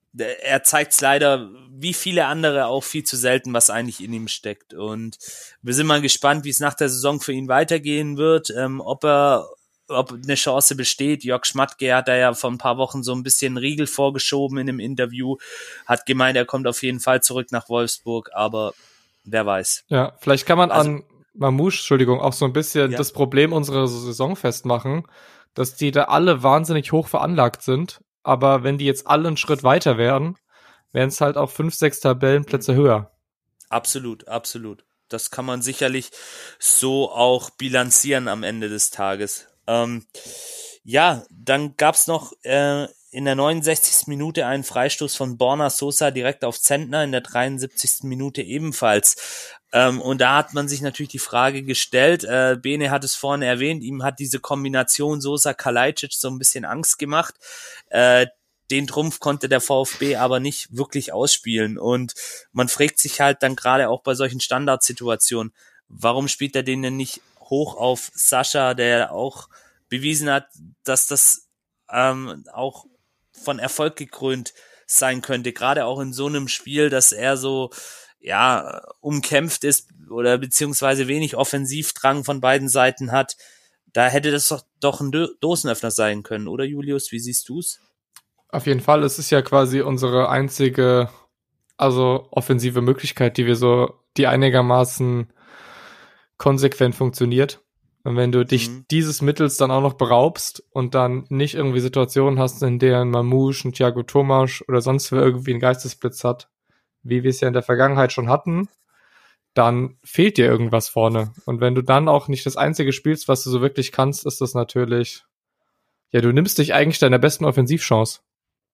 G: er zeigt es leider, wie viele andere, auch viel zu selten, was eigentlich in ihm steckt. Und wir sind mal gespannt, wie es nach der Saison für ihn weitergehen wird, ähm, ob er, ob eine Chance besteht. Jörg Schmatke hat da ja vor ein paar Wochen so ein bisschen Riegel vorgeschoben in einem Interview, hat gemeint, er kommt auf jeden Fall zurück nach Wolfsburg, aber wer weiß.
E: Ja, vielleicht kann man
G: Also,
E: an Mamouche, Entschuldigung, auch so ein bisschen
G: Ja.
E: das Problem unserer Saison festmachen, dass die da alle wahnsinnig hoch veranlagt sind, aber wenn die jetzt alle einen Schritt weiter wären, wären es halt auch fünf, sechs Tabellenplätze höher.
G: Absolut, absolut. Das kann man sicherlich so auch bilanzieren am Ende des Tages. Ähm, ja, dann gab's noch äh, in der neunundsechzigsten Minute einen Freistoß von Borna Sosa direkt auf Zentner, in der dreiundsiebzigsten Minute ebenfalls. Ähm, und da hat man sich natürlich die Frage gestellt, äh, Bene hat es vorhin erwähnt, ihm hat diese Kombination Sosa-Kalajdzic so ein bisschen Angst gemacht. Äh, Den Trumpf konnte der VfB aber nicht wirklich ausspielen. Und man fragt sich halt dann gerade auch bei solchen Standardsituationen, warum spielt er den denn nicht hoch auf Sascha, der auch bewiesen hat, dass das ähm, auch von Erfolg gekrönt sein könnte, gerade auch in so einem Spiel, dass er so ja umkämpft ist oder beziehungsweise wenig Offensivdrang von beiden Seiten hat. Da hätte das doch, doch ein Do- Dosenöffner sein können, oder Julius? Wie siehst du's?
E: Auf jeden Fall, es ist ja quasi unsere einzige, also offensive Möglichkeit, die wir so, die einigermaßen konsequent funktioniert. Und wenn du dich
G: Mhm.
E: dieses Mittels dann auch noch beraubst und dann nicht irgendwie Situationen hast, in denen Mamouche, ein Thiago Tomasch oder sonst wer irgendwie einen Geistesblitz hat, wie wir es ja in der Vergangenheit schon hatten, dann fehlt dir irgendwas vorne. Und wenn du dann auch nicht das Einzige spielst, was du so wirklich kannst, ist das natürlich, ja, du nimmst dich eigentlich deiner besten Offensivchance.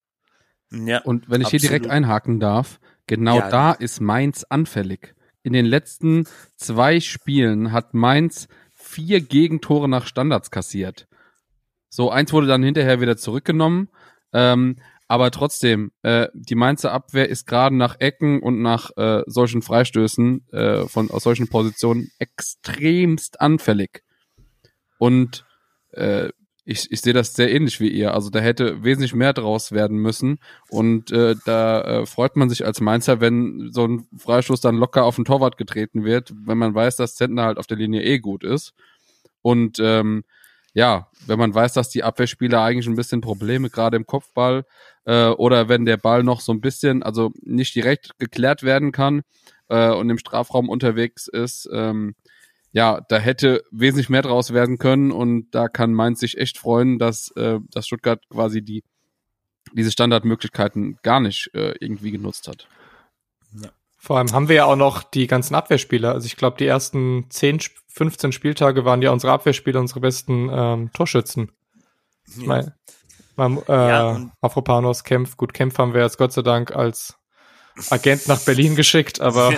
G: Ja,
B: Und wenn ich hier direkt
G: absolut.
B: einhaken darf, genau
G: Ja.
B: da ist Mainz anfällig. In den letzten zwei Spielen hat Mainz vier Gegentore nach Standards kassiert. So, eins wurde dann hinterher wieder zurückgenommen, ähm, aber trotzdem, äh, die Mainzer Abwehr ist gerade nach Ecken und nach äh, solchen Freistößen äh, von aus solchen Positionen extremst anfällig. Und äh, ich, ich sehe das sehr ähnlich wie ihr. Also da hätte wesentlich mehr draus werden müssen. Und äh, da äh, freut man sich als Mainzer, wenn so ein Freistoß dann locker auf den Torwart getreten wird, wenn man weiß, dass Zentner halt auf der Linie eh gut ist. Und ähm, ja, wenn man weiß, dass die Abwehrspieler eigentlich ein bisschen Probleme gerade im Kopfball äh, oder wenn der Ball noch so ein bisschen, also nicht direkt geklärt werden kann äh, und im Strafraum unterwegs ist, ähm, ja, da hätte wesentlich mehr draus werden können und da kann Mainz sich echt freuen, dass, äh, dass Stuttgart quasi die diese Standardmöglichkeiten gar nicht äh, irgendwie genutzt hat.
E: Vor allem haben wir ja auch noch die ganzen Abwehrspieler. Also ich glaube, die ersten zehn, fünfzehn Spieltage waren ja unsere Abwehrspieler unsere besten ähm, Torschützen. Ich meine, mein, äh,
G: Ja, und-
E: Mavropanos, Kempf, gut, Kempf haben wir jetzt Gott sei Dank als Agent nach Berlin geschickt, aber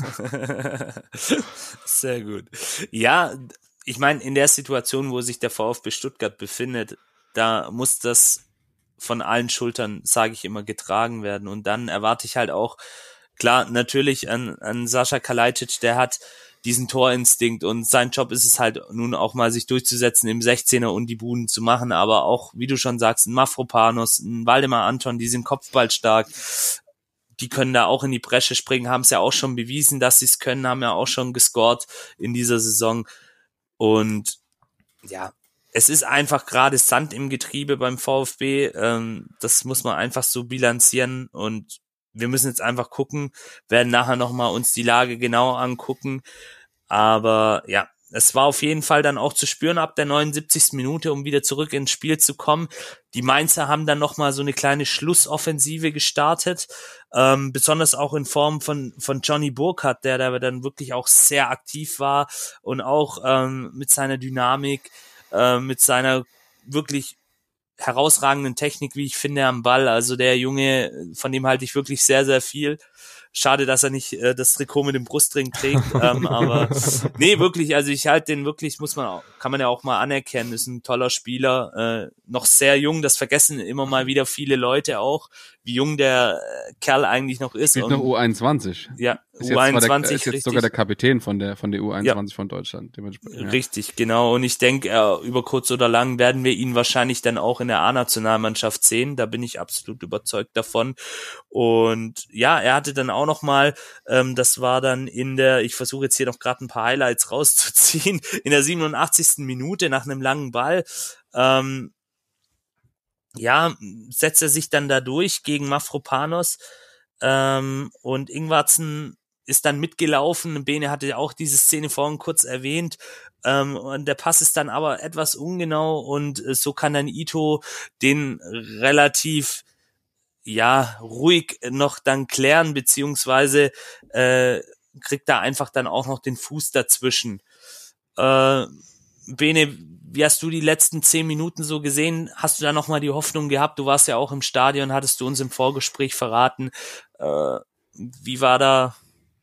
G: Sehr gut. Ja, ich meine, in der Situation, wo sich der VfB Stuttgart befindet, da muss das von allen Schultern, sage ich immer, getragen werden. Und dann erwarte ich halt auch, klar, natürlich an, an Sascha Kalajdzic, der hat diesen Torinstinkt und sein Job ist es halt nun auch mal, sich durchzusetzen im sechzehner und die Buden zu machen, aber auch, wie du schon sagst, ein Mavropanos, ein Waldemar Anton, die sind kopfballstark, die können da auch in die Bresche springen, haben es ja auch schon bewiesen, dass sie es können, haben ja auch schon gescored in dieser Saison. Und ja, es ist einfach gerade Sand im Getriebe beim VfB. Ähm, das muss man einfach so bilanzieren und wir müssen jetzt einfach gucken, werden nachher nochmal uns die Lage genauer angucken. Aber ja, es war auf jeden Fall dann auch zu spüren ab der neunundsiebzigsten Minute, um wieder zurück ins Spiel zu kommen. Die Mainzer haben dann nochmal so eine kleine Schlussoffensive gestartet, ähm, besonders auch in Form von von Johnny Burkhardt, der da dann wirklich auch sehr aktiv war und auch ähm, mit seiner Dynamik, äh, mit seiner wirklich herausragenden Technik, wie ich finde, am Ball. Also der Junge, von dem halte ich wirklich sehr, sehr viel. Schade, dass er nicht äh, das Trikot mit dem Brustring trägt, ähm, aber nee, wirklich, also ich halte den wirklich, muss man auch, kann man ja auch mal anerkennen, ist ein toller Spieler, äh, noch sehr jung, das vergessen immer mal wieder viele Leute auch, wie jung der äh, Kerl eigentlich noch ist.
B: Spielt
G: und,
B: noch U einundzwanzig.
G: Ja,
B: ist jetzt
G: U einundzwanzig,
B: der, ist jetzt
G: richtig.
B: sogar der Kapitän von der von der U einundzwanzig ja. von Deutschland. Dementsprechend, ja.
G: Richtig, genau. Und ich denke, äh, über kurz oder lang werden wir ihn wahrscheinlich dann auch in der A-Nationalmannschaft sehen. Da bin ich absolut überzeugt davon. Und ja, er hatte dann auch noch mal, ähm, das war dann in der, ich versuche jetzt hier noch gerade ein paar Highlights rauszuziehen, in der siebenundachtzigsten Minute nach einem langen Ball, ähm, ja, setzt er sich dann da durch gegen Mavropanos, ähm, und Ingvartsen ist dann mitgelaufen. Bene hatte ja auch diese Szene vorhin kurz erwähnt. Ähm, und der Pass ist dann aber etwas ungenau und äh, so kann dann Ito den relativ, ja, ruhig noch dann klären, beziehungsweise äh, kriegt da einfach dann auch noch den Fuß dazwischen. Äh, Bene, wie hast du die letzten zehn Minuten so gesehen? Hast du da nochmal die Hoffnung gehabt? Du warst ja auch im Stadion, hattest du uns im Vorgespräch verraten. Äh, wie war da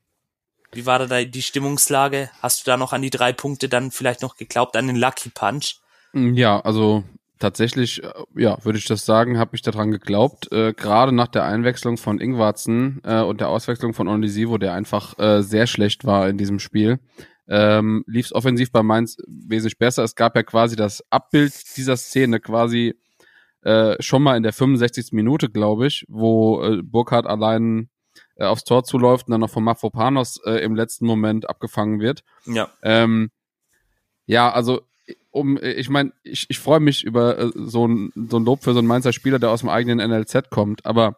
G: Wie war da die Stimmungslage? Hast du da noch an die drei Punkte dann vielleicht noch geglaubt, an den Lucky Punch?
B: Ja, also tatsächlich, ja, würde ich das sagen, habe ich daran geglaubt. Äh, gerade nach der Einwechslung von Ingvartsen äh, und der Auswechslung von Onisivo, der einfach äh, sehr schlecht war in diesem Spiel, ähm, lief es offensiv bei Mainz wesentlich besser. Es gab ja quasi das Abbild dieser Szene quasi äh, schon mal in der fünfundsechzigsten Minute, glaube ich, wo äh, Burkhardt allein äh, aufs Tor zuläuft und dann noch von Mavropanos äh, im letzten Moment abgefangen wird.
G: Ja.
B: Ähm, ja, also um, ich meine, ich, ich freue mich über äh, so, ein, so ein Lob für so einen Mainzer Spieler, der aus dem eigenen N L Z kommt, aber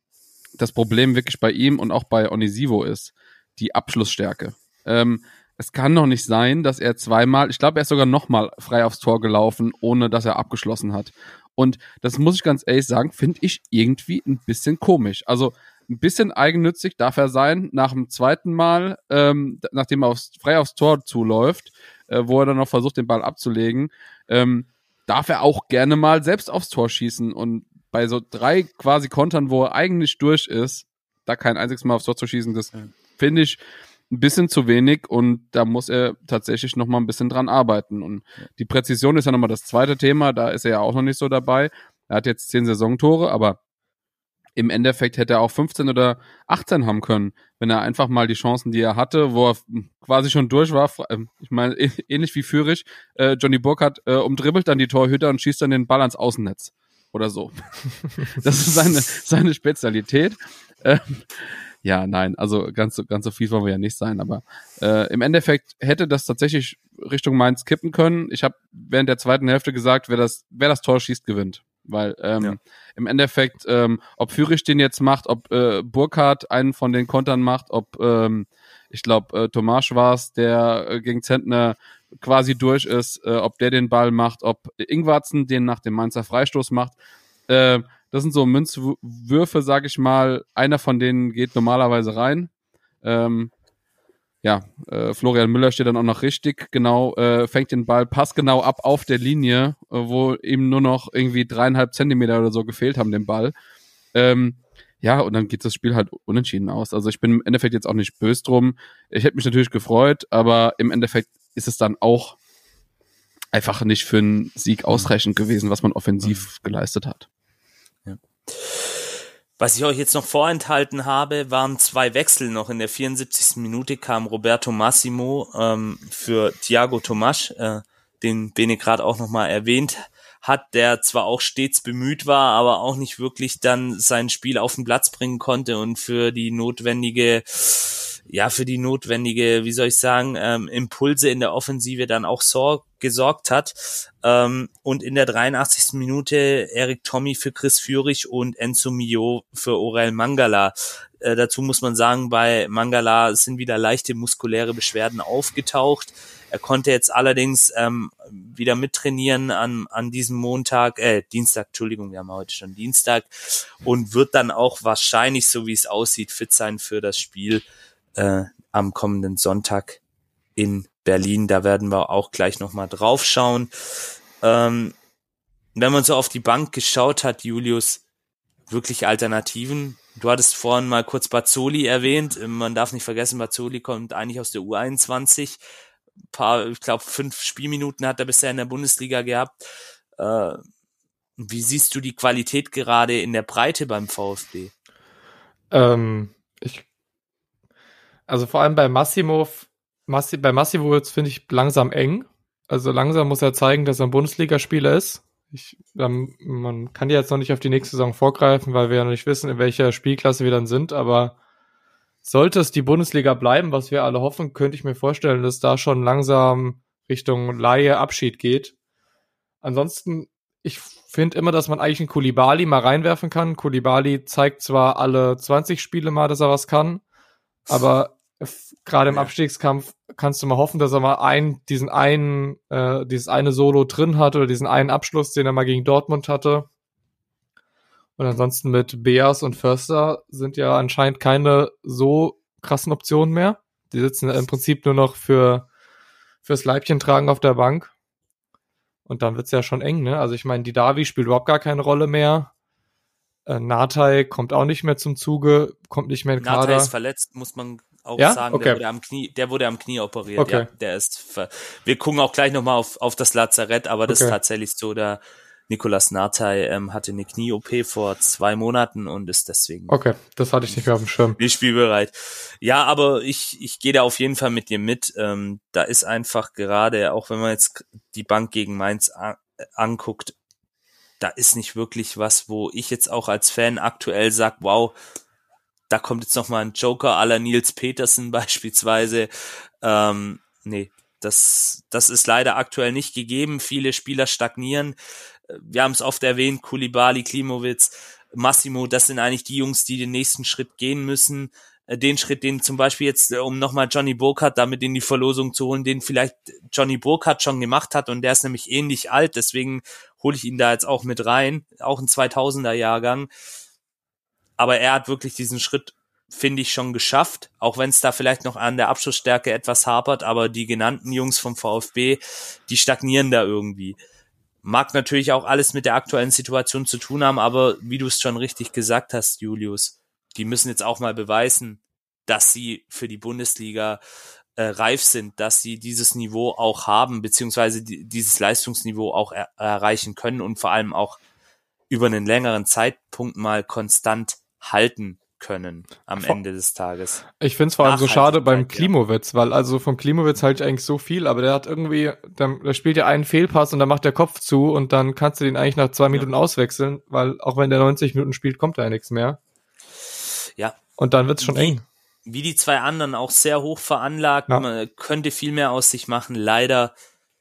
B: das Problem wirklich bei ihm und auch bei Onisivo ist die Abschlussstärke. Ähm, es kann doch nicht sein, dass er zweimal, ich glaube, er ist sogar nochmal frei aufs Tor gelaufen, ohne dass er abgeschlossen hat. Und das muss ich ganz ehrlich sagen, finde ich irgendwie ein bisschen komisch. Also ein bisschen eigennützig darf er sein, nach dem zweiten Mal, ähm, nachdem er aufs, frei aufs Tor zuläuft, äh, wo er dann noch versucht, den Ball abzulegen, ähm, darf er auch gerne mal selbst aufs Tor schießen. Und bei so drei quasi Kontern, wo er eigentlich durch ist, da kein einziges Mal aufs Tor zu schießen, das finde ich ein bisschen zu wenig und da muss er tatsächlich noch mal ein bisschen dran arbeiten. Und die Präzision ist ja nochmal das zweite Thema, da ist er ja auch noch nicht so dabei. Er hat jetzt zehn Saisontore, aber im Endeffekt hätte er auch fünfzehn oder achtzehn haben können, wenn er einfach mal die Chancen, die er hatte, wo er quasi schon durch war, ich meine, ähnlich wie Fürich, äh, Johnny Burkhardt äh, umdribbelt dann die Torhüter und schießt dann den Ball ans Außennetz oder so. Das ist seine, seine Spezialität. Ähm, ja, nein, also ganz so, ganz so fies wollen wir ja nicht sein, aber äh, im Endeffekt hätte das tatsächlich Richtung Mainz kippen können. Ich habe während der zweiten Hälfte gesagt, wer das, wer das Tor schießt, gewinnt. Weil ähm, ja. im Endeffekt, ähm, ob Fürich den jetzt macht, ob äh, Burkhardt einen von den Kontern macht, ob, ähm, ich glaube, äh, Tomasz war es, der äh, gegen Zentner quasi durch ist, äh, ob der den Ball macht, ob Ingvartsen den nach dem Mainzer Freistoß macht. Äh, das sind so Münzwürfe, sag ich mal. Einer von denen geht normalerweise rein. Ähm, ja, äh, Florian Müller steht dann auch noch richtig, genau, äh, fängt den Ball passgenau ab auf der Linie, äh, wo ihm nur noch irgendwie dreieinhalb Zentimeter oder so gefehlt haben, den Ball. Ähm, ja, und dann geht das Spiel halt unentschieden aus. Also ich bin im Endeffekt jetzt auch nicht böse drum. Ich hätte mich natürlich gefreut, aber im Endeffekt ist es dann auch einfach nicht für einen Sieg ausreichend gewesen, was man offensiv geleistet hat.
G: Ja. Was ich euch jetzt noch vorenthalten habe, waren zwei Wechsel noch. In der vierundsiebzigsten Minute kam Roberto Massimo ähm, für Thiago Tomasz, äh, den Bene gerade auch nochmal erwähnt hat, der zwar auch stets bemüht war, aber auch nicht wirklich dann sein Spiel auf den Platz bringen konnte und für die notwendige, ja, für die notwendige, wie soll ich sagen, ähm, Impulse in der Offensive dann auch sor- gesorgt hat. Ähm, und in der dreiundachtzigsten Minute Erik Tommy für Chris Fürich und Enzo Mio für Orel Mangala. Äh, dazu muss man sagen, bei Mangala sind wieder leichte muskuläre Beschwerden aufgetaucht. Er konnte jetzt allerdings ähm, wieder mittrainieren an an diesem Montag, äh, Dienstag, Entschuldigung, wir haben heute schon Dienstag, und wird dann auch wahrscheinlich, so wie es aussieht, fit sein für das Spiel äh, am kommenden Sonntag in Berlin. Da werden wir auch gleich nochmal drauf schauen. Ähm, wenn man so auf die Bank geschaut hat, Julius, wirklich Alternativen Du hattest vorhin mal kurz Bazzoli erwähnt. Man darf nicht vergessen, Bazzoli kommt eigentlich aus der U einundzwanzig. Ein paar, ich glaube, fünf Spielminuten hat er bisher in der Bundesliga gehabt. Äh, wie siehst du die Qualität gerade in der Breite beim VfB?
E: Ähm, ich, also vor allem bei Massimo, Massi, bei Massimo wird's, finde ich, langsam eng. Also langsam muss er zeigen, dass er ein Bundesligaspieler ist. Ich, ähm, man kann ja jetzt noch nicht auf die nächste Saison vorgreifen, weil wir ja noch nicht wissen, in welcher Spielklasse wir dann sind, aber sollte es die Bundesliga bleiben, was wir alle hoffen, könnte ich mir vorstellen, dass da schon langsam Richtung Laie Abschied geht. Ansonsten, ich finde immer, dass man eigentlich einen Koulibaly mal reinwerfen kann. Koulibaly zeigt zwar alle zwanzig Spiele mal, dass er was kann, aber f- gerade im
G: Ja.
E: Abstiegskampf kannst du mal hoffen, dass er mal einen, diesen einen, äh, dieses eine Solo drin hat oder diesen einen Abschluss, den er mal gegen Dortmund hatte. Und ansonsten mit Beas und Förster sind ja anscheinend keine so krassen Optionen mehr. Die sitzen im Prinzip nur noch für fürs Leibchen tragen auf der Bank. Und dann wird's ja schon eng, ne? Also ich meine, die Davi spielt überhaupt gar keine Rolle mehr. Äh, Natai kommt auch nicht mehr zum Zuge, kommt nicht mehr in den
G: Natai
E: Kader.
G: ist verletzt, muss man auch
E: Ja?
G: sagen.
E: Okay.
G: Der wurde am Knie, der wurde am Knie operiert.
E: Okay.
G: Ja, der ist ver- Wir gucken auch gleich nochmal auf, auf das Lazarett, aber das
E: Okay.
G: ist tatsächlich so, der Nicolas Natai ähm, hatte eine Knie-O P vor zwei Monaten und ist deswegen
E: Okay, das hatte ich nicht mehr auf dem Schirm.
G: nicht spielbereit. Ja, aber ich, ich gehe da auf jeden Fall mit dir mit. Ähm, da ist einfach gerade, auch wenn man jetzt die Bank gegen Mainz a- anguckt, da ist nicht wirklich was, wo ich jetzt auch als Fan aktuell sag, wow, da kommt jetzt noch mal ein Joker à la Nils Petersen beispielsweise. Ähm, nee, das, das ist leider aktuell nicht gegeben. Viele Spieler stagnieren. Wir haben es oft erwähnt, Koulibaly, Klimowitz, Massimo, das sind eigentlich die Jungs, die den nächsten Schritt gehen müssen. Äh, Den Schritt, den zum Beispiel jetzt, äh, um nochmal Johnny Burkhardt damit in die Verlosung zu holen, den vielleicht Johnny Burkhardt schon gemacht hat und der ist nämlich ähnlich alt, deswegen hole ich ihn da jetzt auch mit rein, auch ein zweitausender Jahrgang. Aber er hat wirklich diesen Schritt, finde ich, schon geschafft, auch wenn es da vielleicht noch an der Abschlussstärke etwas hapert, aber die genannten Jungs vom VfB, die stagnieren da irgendwie. Mag natürlich auch alles mit der aktuellen Situation zu tun haben, aber wie du es schon richtig gesagt hast, Julius, die müssen jetzt auch mal beweisen, dass sie für die Bundesliga äh, reif sind, dass sie dieses Niveau auch haben, beziehungsweise die, dieses Leistungsniveau auch er, erreichen können und vor allem auch über einen längeren Zeitpunkt mal konstant halten können am
E: Vor-
G: Ende des Tages.
E: Ich find's vor allem so schade beim
G: Nachhaltigkeit, ja.
E: Klimowitz, weil also von Klimowitz halte ich eigentlich so viel, aber der hat irgendwie, der, der spielt ja einen Fehlpass und dann macht der Kopf zu und dann kannst du den eigentlich nach zwei Minuten auswechseln, weil auch wenn der neunzig Minuten spielt, kommt da ja nichts mehr.
G: Ja,
E: Und dann wird's schon
G: Wie-
E: eng.
G: wie die zwei anderen auch sehr hoch veranlagt,
E: Ja.
G: man könnte viel mehr aus sich machen, leider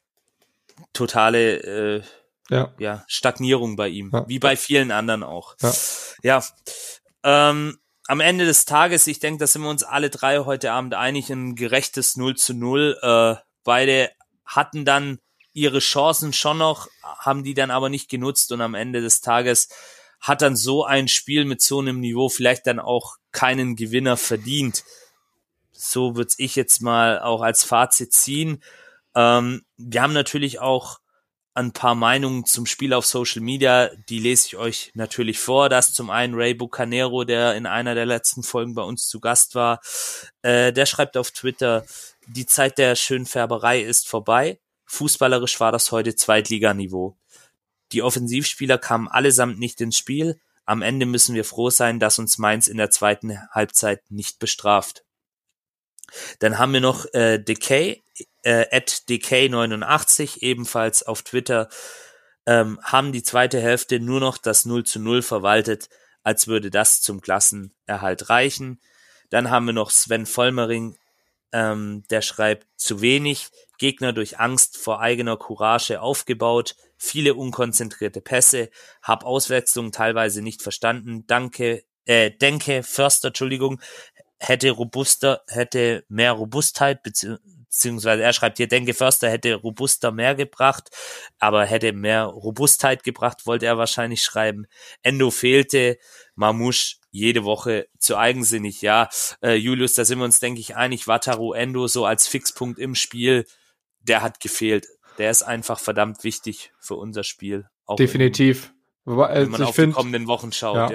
G: totale äh,
E: Ja.
G: ja, Stagnierung bei ihm,
E: Ja.
G: wie bei vielen anderen auch.
E: Ja.
G: Ja, ähm, am Ende des Tages, ich denke, da sind wir uns alle drei heute Abend einig, ein gerechtes null zu null. Äh, beide hatten dann ihre Chancen schon noch, haben die dann aber nicht genutzt und am Ende des Tages hat dann so ein Spiel mit so einem Niveau vielleicht dann auch keinen Gewinner verdient. So würde ich jetzt mal auch als Fazit ziehen. Ähm, wir haben natürlich auch ein paar Meinungen zum Spiel auf Social Media, die lese ich euch natürlich vor. Das zum einen Ray Bucanero, der in einer der letzten Folgen bei uns zu Gast war. Äh, der schreibt auf Twitter, die Zeit der Schönfärberei ist vorbei. Fußballerisch war das heute Zweitliganiveau. Die Offensivspieler kamen allesamt nicht ins Spiel. Am Ende müssen wir froh sein, dass uns Mainz in der zweiten Halbzeit nicht bestraft. Dann haben wir noch äh, Decay, äh, at Decay neunundachtzig, ebenfalls auf Twitter, ähm, haben die zweite Hälfte nur noch das null zu null verwaltet, als würde das zum Klassenerhalt reichen. Dann haben wir noch Sven Vollmering, ähm, der schreibt, zu wenig, Gegner durch Angst vor eigener Courage aufgebaut, viele unkonzentrierte Pässe, hab Auswechslungen teilweise nicht verstanden, danke, äh, denke, Förster, Entschuldigung, hätte robuster, hätte mehr Robustheit, bezieh- beziehungsweise er schreibt hier, denke Förster hätte robuster mehr gebracht, aber hätte mehr Robustheit gebracht, wollte er wahrscheinlich schreiben. Endo fehlte, Mamouche jede Woche zu eigensinnig, ja. Äh, Julius, da sind wir uns, denke ich, einig, Wataru Endo so als Fixpunkt im Spiel, der hat gefehlt. Der ist einfach verdammt wichtig für unser Spiel. Auch
E: Definitiv. Wobei,
G: Wenn, wenn man
E: also ich
G: auf die
E: finde,
G: kommenden Wochen schaut,
E: ja.
G: ja.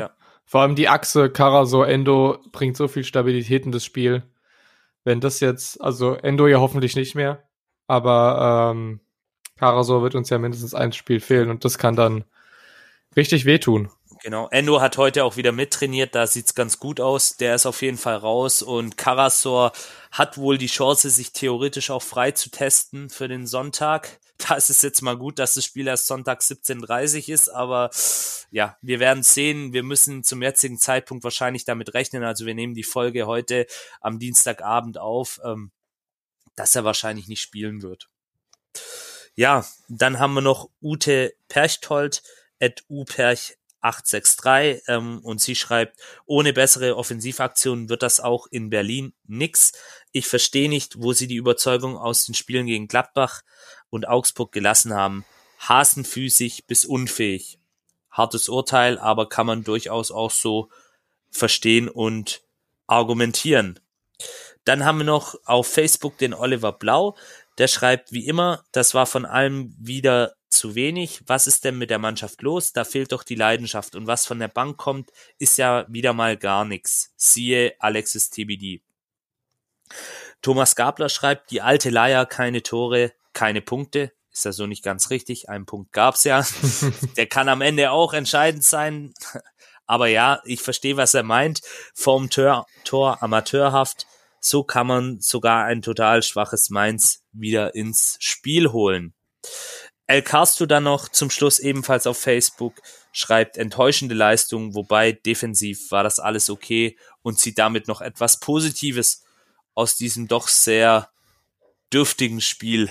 E: Vor allem die Achse Karasor-Endo bringt so viel Stabilität in das Spiel. Wenn das jetzt, also Endo ja hoffentlich nicht mehr, aber ähm, Karasor wird uns ja mindestens ein Spiel fehlen und das kann dann richtig wehtun.
G: Genau, Endo hat heute auch wieder mittrainiert, da sieht's ganz gut aus, der ist auf jeden Fall raus und Karasor hat wohl die Chance, sich theoretisch auch frei zu testen für den Sonntag. Da ist es jetzt mal gut, dass das Spiel erst Sonntag siebzehn Uhr dreißig ist, aber ja, wir werden sehen, wir müssen zum jetzigen Zeitpunkt wahrscheinlich damit rechnen, also wir nehmen die Folge heute am Dienstagabend auf, ähm, dass er wahrscheinlich nicht spielen wird. Ja, dann haben wir noch Ute Perchtold, at uperch acht sechs drei, ähm, und sie schreibt, ohne bessere Offensivaktionen wird das auch in Berlin nix. Ich verstehe nicht, wo sie die Überzeugung aus den Spielen gegen Gladbach und Augsburg gelassen haben. Hasenfüßig bis unfähig. Hartes Urteil, aber kann man durchaus auch so verstehen und argumentieren. Dann haben wir noch auf Facebook den Oliver Blau, der schreibt, wie immer, das war von allem wieder zu wenig. Was ist denn mit der Mannschaft los? Da fehlt doch die Leidenschaft. Und was von der Bank kommt, ist ja wieder mal gar nichts. Siehe Alexis T B D. Thomas Gabler schreibt, die alte Leier, keine Tore, keine Punkte. Ist ja so nicht ganz richtig. Einen Punkt gab's ja. Der kann am Ende auch entscheidend sein. Aber ja, ich verstehe, was er meint. Vorm Tor, Tor amateurhaft. So kann man sogar ein total schwaches Mainz wieder ins Spiel holen. El Carsto dann noch zum Schluss ebenfalls auf Facebook, schreibt enttäuschende Leistung, wobei defensiv war das alles okay und zieht damit noch etwas Positives aus diesem doch sehr dürftigen Spiel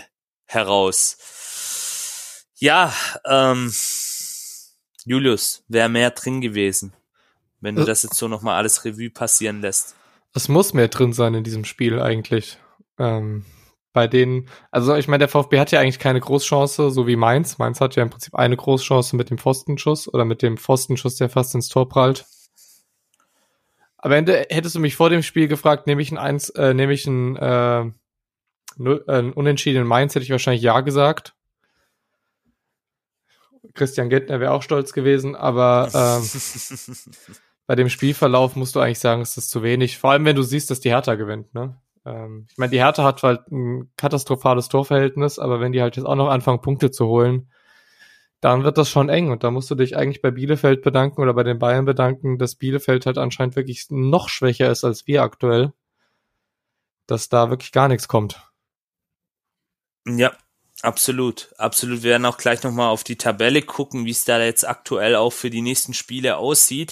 G: heraus. Ja, ähm, Julius, wäre mehr drin gewesen, wenn du das jetzt so nochmal alles Revue passieren lässt.
E: Es muss mehr drin sein in diesem Spiel eigentlich. Ähm, bei denen, also ich meine, der VfB hat ja eigentlich keine Großchance, so wie Mainz. Mainz hat ja im Prinzip eine Großchance mit dem Pfostenschuss oder mit dem Pfostenschuss, der fast ins Tor prallt. Am Ende hättest du mich vor dem Spiel gefragt, nehme ich ein eins, äh, nehme ich ein, äh, null, äh, ein unentschieden Mainz, hätte ich wahrscheinlich ja gesagt. Christian Gentner wäre auch stolz gewesen, aber ähm, bei dem Spielverlauf musst du eigentlich sagen, es ist zu wenig. Vor allem, wenn du siehst, dass die Hertha gewinnt, ne? Ähm, ich meine, die Hertha hat halt ein katastrophales Torverhältnis, aber wenn die halt jetzt auch noch anfangen, Punkte zu holen, dann wird das schon eng. Und da musst du dich eigentlich bei Bielefeld bedanken oder bei den Bayern bedanken, dass Bielefeld halt anscheinend wirklich noch schwächer ist als wir aktuell. Dass da wirklich gar nichts kommt.
G: Ja, absolut. Absolut. Wir werden auch gleich nochmal auf die Tabelle gucken, wie es da jetzt aktuell auch für die nächsten Spiele aussieht.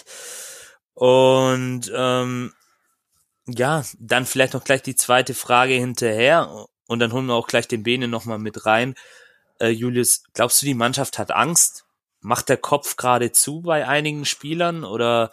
G: Und ähm, ja, dann vielleicht noch gleich die zweite Frage hinterher und dann holen wir auch gleich den Bene nochmal mit rein. Äh, Julius, glaubst du, die Mannschaft hat Angst? Macht der Kopf gerade zu bei einigen Spielern oder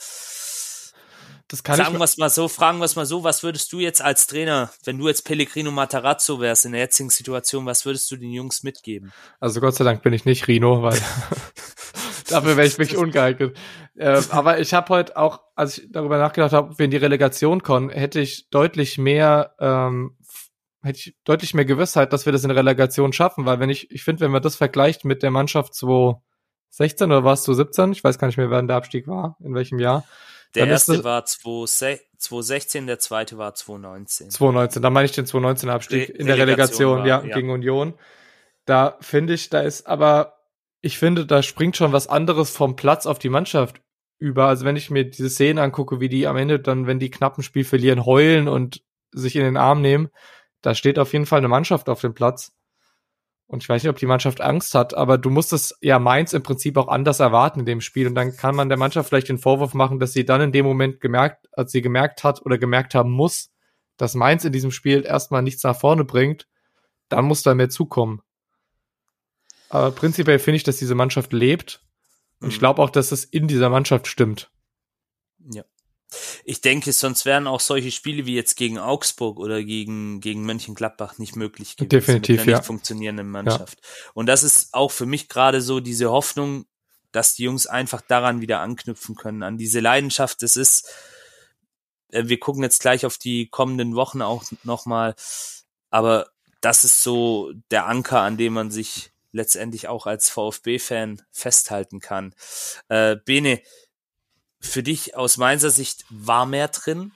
E: das kann
G: sagen
E: ich
G: wir es mal so, fragen wir es mal so, was würdest du jetzt als Trainer, wenn du jetzt Pellegrino Matarazzo wärst in der jetzigen Situation, was würdest du den Jungs mitgeben?
E: Also Gott sei Dank bin ich nicht Rino, weil dafür wäre ich wirklich ungeeignet. Äh, aber ich habe heute auch, als ich darüber nachgedacht habe, ob wir in die Relegation kommen, hätte ich deutlich mehr, ähm, hätte ich deutlich mehr Gewissheit, dass wir das in der Relegation schaffen, weil wenn ich, ich finde, wenn man das vergleicht mit der Mannschaft zwanzig sechzehn oder war es zwanzig siebzehn, ich weiß gar nicht mehr, wann der Abstieg war, in welchem Jahr.
G: Der
E: dann
G: erste
E: das,
G: war zwanzig sechzehn, der zweite war zwanzig neunzehn.
E: zwanzig neunzehn, dann meine ich den zwanzig neunzehn Abstieg
G: Re-
E: in der Relegation,
G: war,
E: ja,
G: ja,
E: gegen Union. Da finde ich, da ist aber, ich finde, da springt schon was anderes vom Platz auf die Mannschaft über. Also wenn ich mir diese Szenen angucke, wie die am Ende dann, wenn die knapp ein Spiel verlieren, heulen und sich in den Arm nehmen, da steht auf jeden Fall eine Mannschaft auf dem Platz. Und ich weiß nicht, ob die Mannschaft Angst hat, aber du musst es ja Mainz im Prinzip auch anders erwarten in dem Spiel. Und dann kann man der Mannschaft vielleicht den Vorwurf machen, dass sie dann in dem Moment gemerkt, als sie gemerkt hat oder gemerkt haben muss, dass Mainz in diesem Spiel erstmal nichts nach vorne bringt, dann muss da mehr zukommen. Aber prinzipiell finde ich, dass diese Mannschaft lebt. Und ich glaube auch, dass es in dieser Mannschaft stimmt.
G: Ja. Ich denke, sonst wären auch solche Spiele wie jetzt gegen Augsburg oder gegen, gegen Mönchengladbach nicht möglich gewesen.
E: Definitiv,
G: mit einer
E: ja.
G: nicht funktionierenden Mannschaft. Ja. Und das ist auch für mich gerade so diese Hoffnung, dass die Jungs einfach daran wieder anknüpfen können, an diese Leidenschaft. Es ist, äh, wir gucken jetzt gleich auf die kommenden Wochen auch nochmal, aber das ist so der Anker, an dem man sich letztendlich auch als VfB-Fan festhalten kann. Äh, Bene, für dich aus Mainzer Sicht war mehr drin?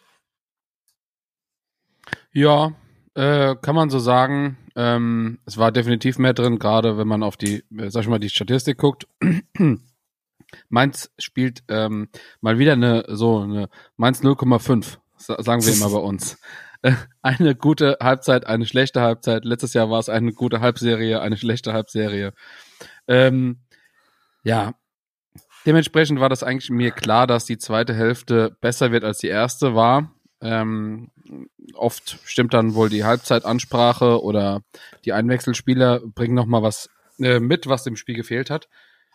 B: Ja, äh, kann man so sagen. Ähm, es war definitiv mehr drin, gerade wenn man auf die, äh, sag ich mal, die Statistik guckt. Mainz spielt ähm, mal wieder eine so eine Mainz null Komma fünf, sagen wir immer bei uns. Äh, eine gute Halbzeit, eine schlechte Halbzeit. Letztes Jahr war es eine gute Halbserie, eine schlechte Halbserie. Ähm, ja, dementsprechend war das eigentlich mir klar, dass die zweite Hälfte besser wird als die erste war. Ähm, oft stimmt dann wohl die Halbzeitansprache oder die Einwechselspieler bringen nochmal was äh, mit, was dem Spiel gefehlt hat.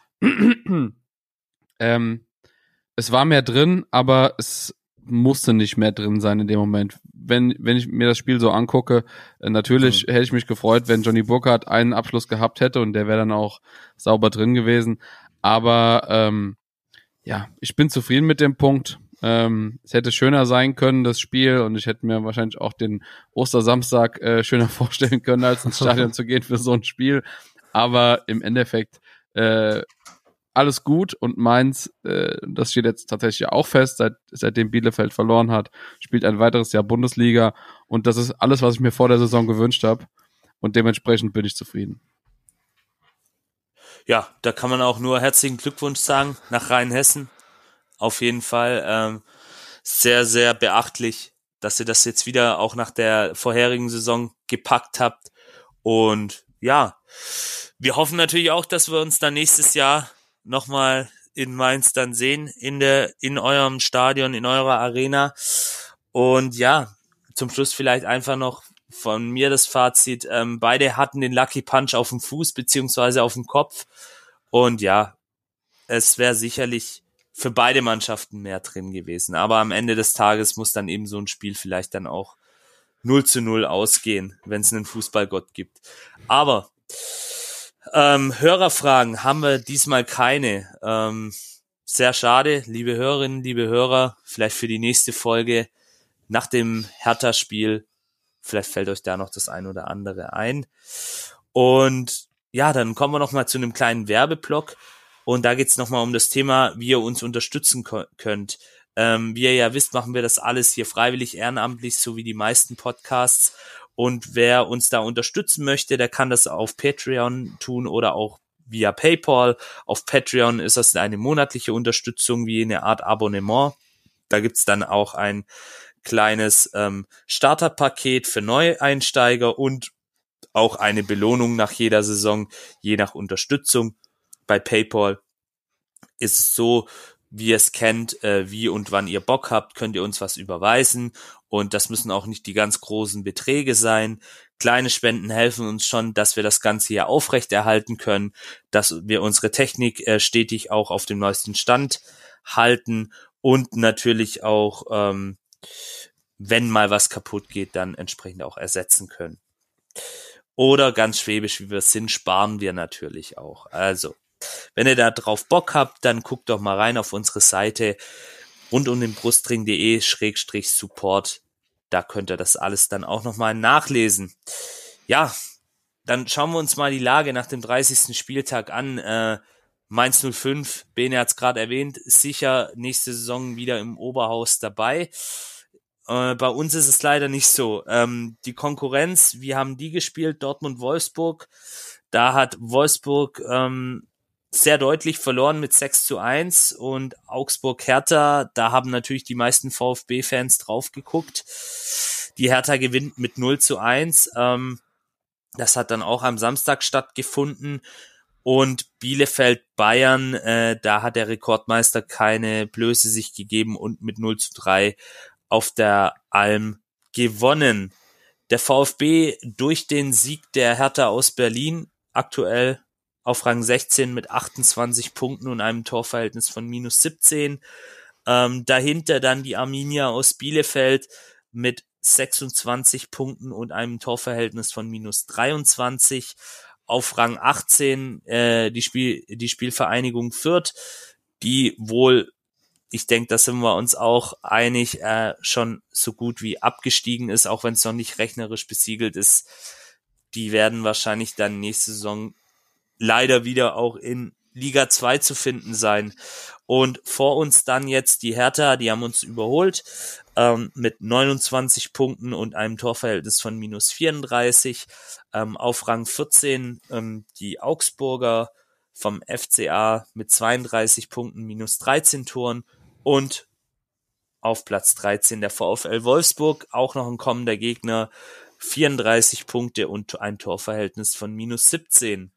B: ähm, es war mehr drin, aber es musste nicht mehr drin sein in dem Moment. Wenn, wenn ich mir das Spiel so angucke, äh, natürlich mhm. hätte ich mich gefreut, wenn Johnny Burkhardt einen Abschluss gehabt hätte und der wäre dann auch sauber drin gewesen. Aber ähm, ja, ich bin zufrieden mit dem Punkt. Ähm, es hätte schöner sein können, das Spiel, und ich hätte mir wahrscheinlich auch den Ostersamstag äh, schöner vorstellen können, als ins Stadion zu gehen für so ein Spiel. Aber im Endeffekt äh, alles gut, und Mainz, äh, das steht jetzt tatsächlich auch fest, seit, seitdem Bielefeld verloren hat, spielt ein weiteres Jahr Bundesliga, und das ist alles, was ich mir vor der Saison gewünscht habe, und dementsprechend bin ich zufrieden.
G: Ja, da kann man auch nur herzlichen Glückwunsch sagen nach Rheinhessen. Auf jeden Fall ähm, sehr, sehr beachtlich, dass ihr das jetzt wieder auch nach der vorherigen Saison gepackt habt. Und ja, wir hoffen natürlich auch, dass wir uns dann nächstes Jahr nochmal in Mainz dann sehen, in der, in eurem Stadion, in eurer Arena. Und ja, zum Schluss vielleicht einfach noch von mir das Fazit. Ähm, beide hatten den Lucky Punch auf dem Fuß beziehungsweise auf dem Kopf. Und ja, es wäre sicherlich für beide Mannschaften mehr drin gewesen. Aber am Ende des Tages muss dann eben so ein Spiel vielleicht dann auch null zu null ausgehen, wenn es einen Fußballgott gibt. Aber ähm, Hörerfragen haben wir diesmal keine. Ähm, sehr schade, liebe Hörerinnen, liebe Hörer, vielleicht für die nächste Folge nach dem Hertha-Spiel. Vielleicht fällt euch da noch das ein oder andere ein. Und ja, dann kommen wir noch mal zu einem kleinen Werbeblock. Und da geht's nochmal um das Thema, wie ihr uns unterstützen ko- könnt. Ähm, wie ihr ja wisst, machen wir das alles hier freiwillig, ehrenamtlich, so wie die meisten Podcasts. Und wer uns da unterstützen möchte, der kann das auf Patreon tun oder auch via PayPal. Auf Patreon ist das eine monatliche Unterstützung wie eine Art Abonnement. Da gibt's dann auch ein kleines ähm, Starterpaket für Neueinsteiger und auch eine Belohnung nach jeder Saison, je nach Unterstützung. Bei PayPal ist es so, wie ihr es kennt, äh, wie und wann ihr Bock habt, könnt ihr uns was überweisen, und das müssen auch nicht die ganz großen Beträge sein. Kleine Spenden helfen uns schon, dass wir das Ganze hier aufrechterhalten können, dass wir unsere Technik äh, stetig auch auf dem neuesten Stand halten und natürlich auch, ähm, wenn mal was kaputt geht, dann entsprechend auch ersetzen können. Oder ganz schwäbisch, wie wir es sind, sparen wir natürlich auch. Also, wenn ihr da drauf Bock habt, dann guckt doch mal rein auf unsere Seite rund um den Brustring.de Schrägstrich Support. Da könnt ihr das alles dann auch nochmal nachlesen. Ja, dann schauen wir uns mal die Lage nach dem dreißigsten Spieltag an. Äh, Mainz null fünf, Bene hat es gerade erwähnt, ist sicher nächste Saison wieder im Oberhaus dabei. Äh, bei uns ist es leider nicht so. Ähm, die Konkurrenz, wie haben die gespielt? Dortmund-Wolfsburg. Da hat Wolfsburg ähm, sehr deutlich verloren mit sechs zu eins, und Augsburg-Hertha, da haben natürlich die meisten VfB-Fans drauf geguckt. Die Hertha gewinnt mit null zu eins. Ähm, das hat dann auch am Samstag stattgefunden. Und Bielefeld-Bayern, äh, da hat der Rekordmeister keine Blöße sich gegeben und mit null zu drei auf der Alm gewonnen. Der VfB durch den Sieg der Hertha aus Berlin aktuell auf Rang sechzehn mit achtundzwanzig Punkten und einem Torverhältnis von minus siebzehn. Ähm, dahinter dann die Arminia aus Bielefeld mit sechsundzwanzig Punkten und einem Torverhältnis von minus dreiundzwanzig. Auf Rang achtzehn äh, die Spiel die Spielvereinigung Fürth, die wohl, ich denke, da sind wir uns auch einig, äh, schon so gut wie abgestiegen ist, auch wenn es noch nicht rechnerisch besiegelt ist. Die werden wahrscheinlich dann nächste Saison leider wieder auch in Liga zwei zu finden sein. Und vor uns dann jetzt die Hertha, die haben uns überholt ähm, mit neunundzwanzig Punkten und einem Torverhältnis von minus vierunddreißig. Ähm, auf Rang vierzehn ähm, die Augsburger vom F C A mit zweiunddreißig Punkten, minus dreizehn Toren. Und auf Platz dreizehn der VfL Wolfsburg, auch noch ein kommender Gegner, vierunddreißig Punkte und ein Torverhältnis von minus siebzehn.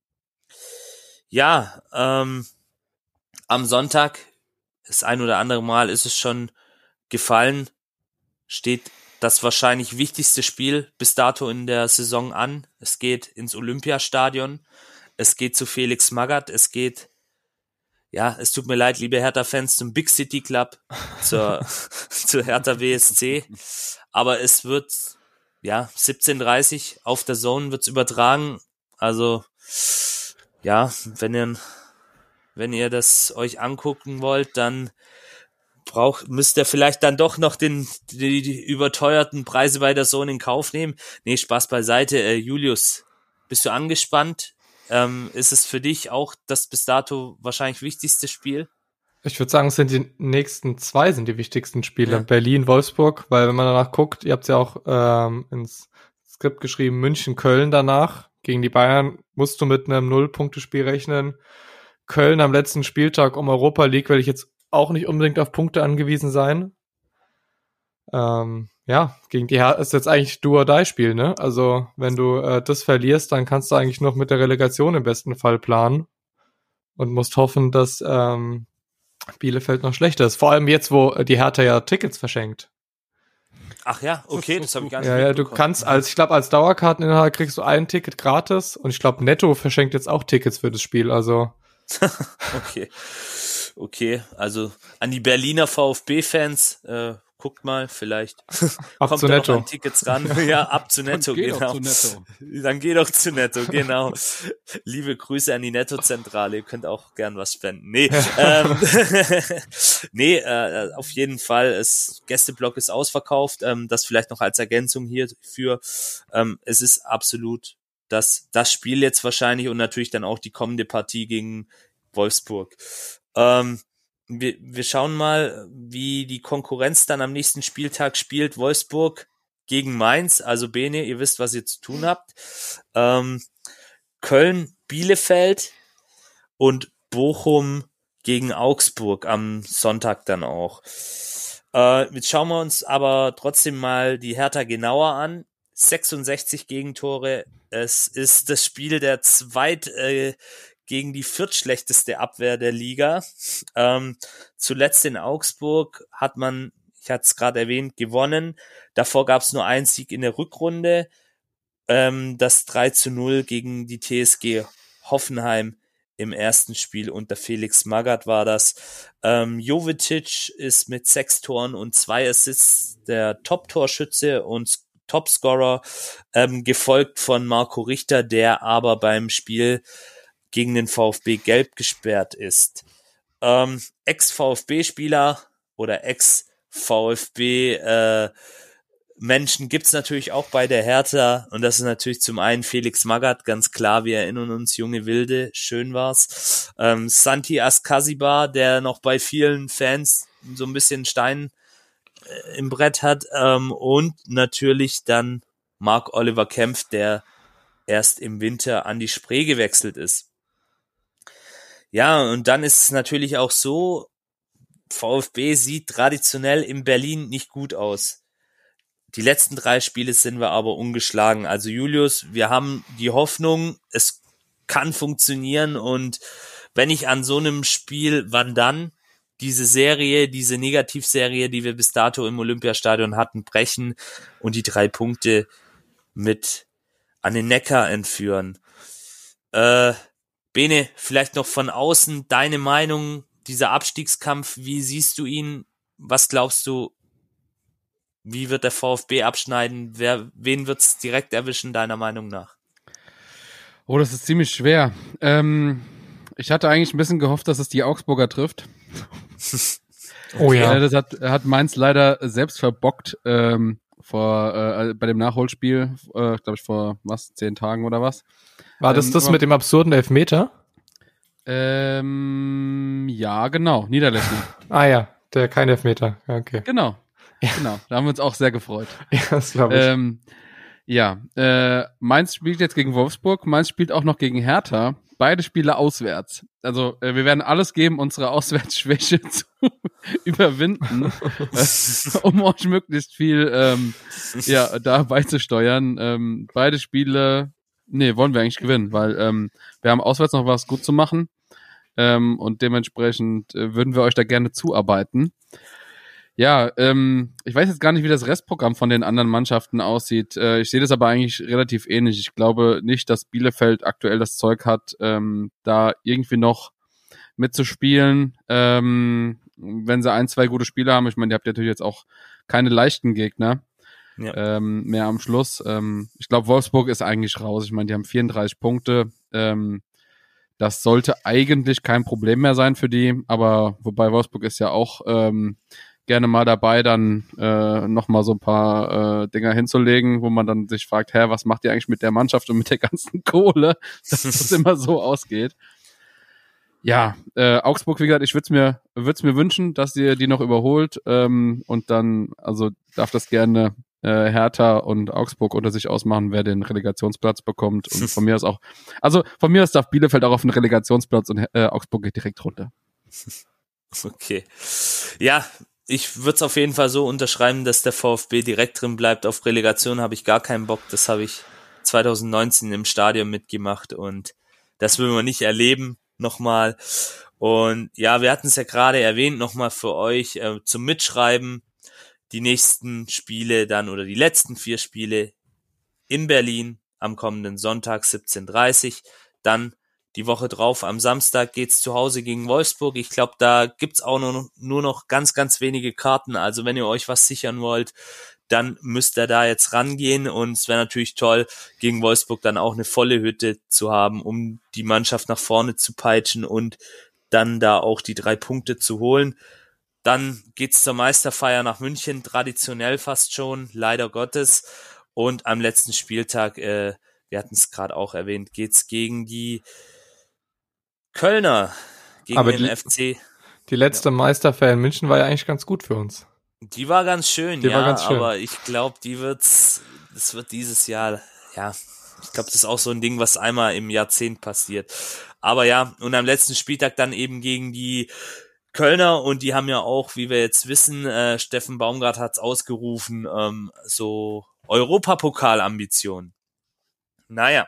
G: Ja, ähm, am Sonntag, das ein oder andere Mal ist es schon gefallen, steht das wahrscheinlich wichtigste Spiel bis dato in der Saison an. Es geht ins Olympiastadion, es geht zu Felix Magath, es geht, ja, es tut mir leid, liebe Hertha-Fans, zum Big City Club, zur, zur Hertha B S C, aber es wird, ja, siebzehn Uhr dreißig auf der Zone wird's übertragen, also, ja, wenn ihr Wenn ihr das euch angucken wollt, dann braucht, müsst ihr vielleicht dann doch noch den, die, die überteuerten Preise bei der Zone in Kauf nehmen. Nee, Spaß beiseite. Äh, Julius, bist du angespannt? Ähm, ist es für dich auch das bis dato wahrscheinlich wichtigste Spiel?
E: Ich würde sagen, es sind die nächsten zwei sind die wichtigsten Spiele.
G: Ja.
E: Berlin, Wolfsburg, weil wenn man danach guckt, ihr habt es ja auch ähm, ins Skript geschrieben, München, Köln danach. Gegen die Bayern musst du mit einem Null-Punkte-Spiel rechnen. Köln am letzten Spieltag um Europa League will ich jetzt auch nicht unbedingt auf Punkte angewiesen sein. Ähm, ja, gegen die Hertha ist jetzt eigentlich Do-or-Die-Spiel, ne? Also wenn du äh, das verlierst, dann kannst du eigentlich noch mit der Relegation im besten Fall planen und musst hoffen, dass ähm, Bielefeld noch schlechter ist. Vor allem jetzt, wo die Hertha ja Tickets verschenkt.
G: Ach ja, okay, das habe ich gar nicht
E: Ja, ja, du
G: mitbekommen.
E: kannst als, ich glaube, als Dauerkarteninhaber kriegst du ein Ticket gratis und ich glaube, Netto verschenkt jetzt auch Tickets für das Spiel, also
G: Okay. Okay, also an die Berliner VfB-Fans, äh, guckt mal, vielleicht
E: ab
G: kommt
E: zu
G: da
E: Netto.
G: noch an Tickets ran. Ja, ab zu Netto,
B: Geh
G: genau.
B: doch zu Netto.
G: Dann geh doch zu Netto, genau. Liebe Grüße an die Netto-Zentrale, ihr könnt auch gern was spenden. Nee, ähm, nee, äh, auf jeden Fall, das Gästeblock ist ausverkauft, ähm, das vielleicht noch als Ergänzung hierfür. Ähm, es ist absolut das, das Spiel jetzt wahrscheinlich und natürlich dann auch die kommende Partie gegen Wolfsburg. Ähm, wir, wir schauen mal, wie die Konkurrenz dann am nächsten Spieltag spielt. Wolfsburg gegen Mainz, also Bene, ihr wisst, was ihr zu tun habt. Ähm, Köln, Bielefeld und Bochum gegen Augsburg am Sonntag dann auch. Äh, jetzt schauen wir uns aber trotzdem mal die Hertha genauer an. sechsundsechzig Gegentore. Es ist das Spiel der zweit äh, gegen die viertschlechteste Abwehr der Liga. Ähm, zuletzt in Augsburg hat man, ich hatte es gerade erwähnt, gewonnen. Davor gab es nur einen Sieg in der Rückrunde. Ähm, das drei zu null gegen die T S G Hoffenheim im ersten Spiel unter Felix Magath war das. Ähm, Jovetic ist mit sechs Toren und zwei Assists der Top-Torschütze und Topscorer, ähm, gefolgt von Marco Richter, der aber beim Spiel gegen den VfB gelb gesperrt ist. Ähm, Ex-VfB-Spieler oder Ex-VfB äh, Menschen gibt's natürlich auch bei der Hertha und das ist natürlich zum einen Felix Magath, ganz klar, wir erinnern uns, junge Wilde, schön war's. Ähm, Santi Askasibar, der noch bei vielen Fans so ein bisschen Stein äh, im Brett hat, ähm, und natürlich dann Marc-Oliver Kempf, der erst im Winter an die Spree gewechselt ist. Ja, und dann ist es natürlich auch so, VfB sieht traditionell in Berlin nicht gut aus. Die letzten drei Spiele sind wir aber ungeschlagen. Also Julius, wir haben die Hoffnung, es kann funktionieren und wenn ich an so einem Spiel, wann dann diese Serie, diese Negativserie, die wir bis dato im Olympiastadion hatten, brechen und die drei Punkte mit an den Neckar entführen. Äh, Bene, vielleicht noch von außen deine Meinung, dieser Abstiegskampf, wie siehst du ihn? Was glaubst du, wie wird der VfB abschneiden? Wer, wen wird's direkt erwischen, deiner Meinung nach?
B: Oh, das ist ziemlich schwer. Ähm, ich hatte eigentlich ein bisschen gehofft, dass es die Augsburger trifft.
E: Oh ja.
B: Äh, das hat, hat Mainz leider selbst verbockt ähm, vor äh, bei dem Nachholspiel, äh, glaube ich vor was, zehn Tagen oder was.
E: War das
B: ähm,
E: das
B: aber,
E: mit dem absurden Elfmeter?
B: Ähm, ja, genau, Niederlechner.
E: Ah ja, der kein Elfmeter. Ja, okay.
B: Genau, ja. genau. Da haben wir uns auch sehr gefreut.
E: Ja, das glaube ich.
B: Ähm, ja, äh, Mainz spielt jetzt gegen Wolfsburg, Mainz spielt auch noch gegen Hertha. Beide Spiele auswärts. Also äh, wir werden alles geben, unsere Auswärtsschwäche zu überwinden, äh, um euch möglichst viel ähm, ja, da beizusteuern. Ähm, beide Spiele, nee, wollen wir eigentlich gewinnen, weil ähm, wir haben auswärts noch was gut zu machen ähm, und dementsprechend äh, würden wir euch da gerne zuarbeiten. Ja, ähm, ich weiß jetzt gar nicht, wie das Restprogramm von den anderen Mannschaften aussieht. Äh, ich sehe das aber eigentlich relativ ähnlich. Ich glaube nicht, dass Bielefeld aktuell das Zeug hat, ähm, da irgendwie noch mitzuspielen. Ähm, wenn sie ein, zwei gute Spiele haben, ich meine, ihr habt natürlich jetzt auch keine leichten Gegner
G: Ja.
B: ähm, mehr am Schluss. Ähm, ich glaube, Wolfsburg ist eigentlich raus. Ich meine, die haben vierunddreißig Punkte. Ähm, das sollte eigentlich kein Problem mehr sein für die, aber wobei Wolfsburg ist ja auch ähm, gerne mal dabei, dann äh, nochmal so ein paar äh, Dinger hinzulegen, wo man dann sich fragt, hä, was macht ihr eigentlich mit der Mannschaft und mit der ganzen Kohle, dass das immer so ausgeht. Ja, äh, Augsburg, wie gesagt, ich würde es mir, würd's mir wünschen, dass ihr die noch überholt ähm, und dann, also darf das gerne äh, Hertha und Augsburg unter sich ausmachen, wer den Relegationsplatz bekommt und von mir aus auch, also von mir aus darf Bielefeld auch auf den Relegationsplatz und äh, Augsburg geht direkt runter.
G: Okay. Ja, ich würde es auf jeden Fall so unterschreiben, dass der VfB direkt drin bleibt. Auf Relegation habe ich gar keinen Bock. Das habe ich zwanzig neunzehn im Stadion mitgemacht und das will man nicht erleben nochmal. Und ja, wir hatten es ja gerade erwähnt, nochmal für euch äh, zum Mitschreiben. Die nächsten Spiele dann oder die letzten vier Spiele in Berlin am kommenden Sonntag siebzehn Uhr dreißig. Dann die Woche drauf, am Samstag geht's zu Hause gegen Wolfsburg. Ich glaube, da gibt's auch nur, nur noch ganz, ganz wenige Karten. Also wenn ihr euch was sichern wollt, dann müsst ihr da jetzt rangehen. Und es wäre natürlich toll, gegen Wolfsburg dann auch eine volle Hütte zu haben, um die Mannschaft nach vorne zu peitschen und dann da auch die drei Punkte zu holen. Dann geht's zur Meisterfeier nach München, traditionell fast schon, leider Gottes. Und am letzten Spieltag, äh, wir hatten es gerade auch erwähnt, geht's gegen die Kölner, gegen
E: Aber
G: den
E: die,
G: F C.
E: Die letzte ja. Meisterfeier in München war ja eigentlich ganz gut für uns.
G: Die war ganz schön,
E: die
G: ja,
E: war ganz schön.
G: Aber ich glaube, die wird's, das wird dieses Jahr, ja, ich glaube, das ist auch so ein Ding, was einmal im Jahrzehnt passiert. Aber ja, und am letzten Spieltag dann eben gegen die Kölner und die haben ja auch, wie wir jetzt wissen, äh, Steffen Baumgart hat's ausgerufen, ähm, so Europapokal-Ambitionen. Naja,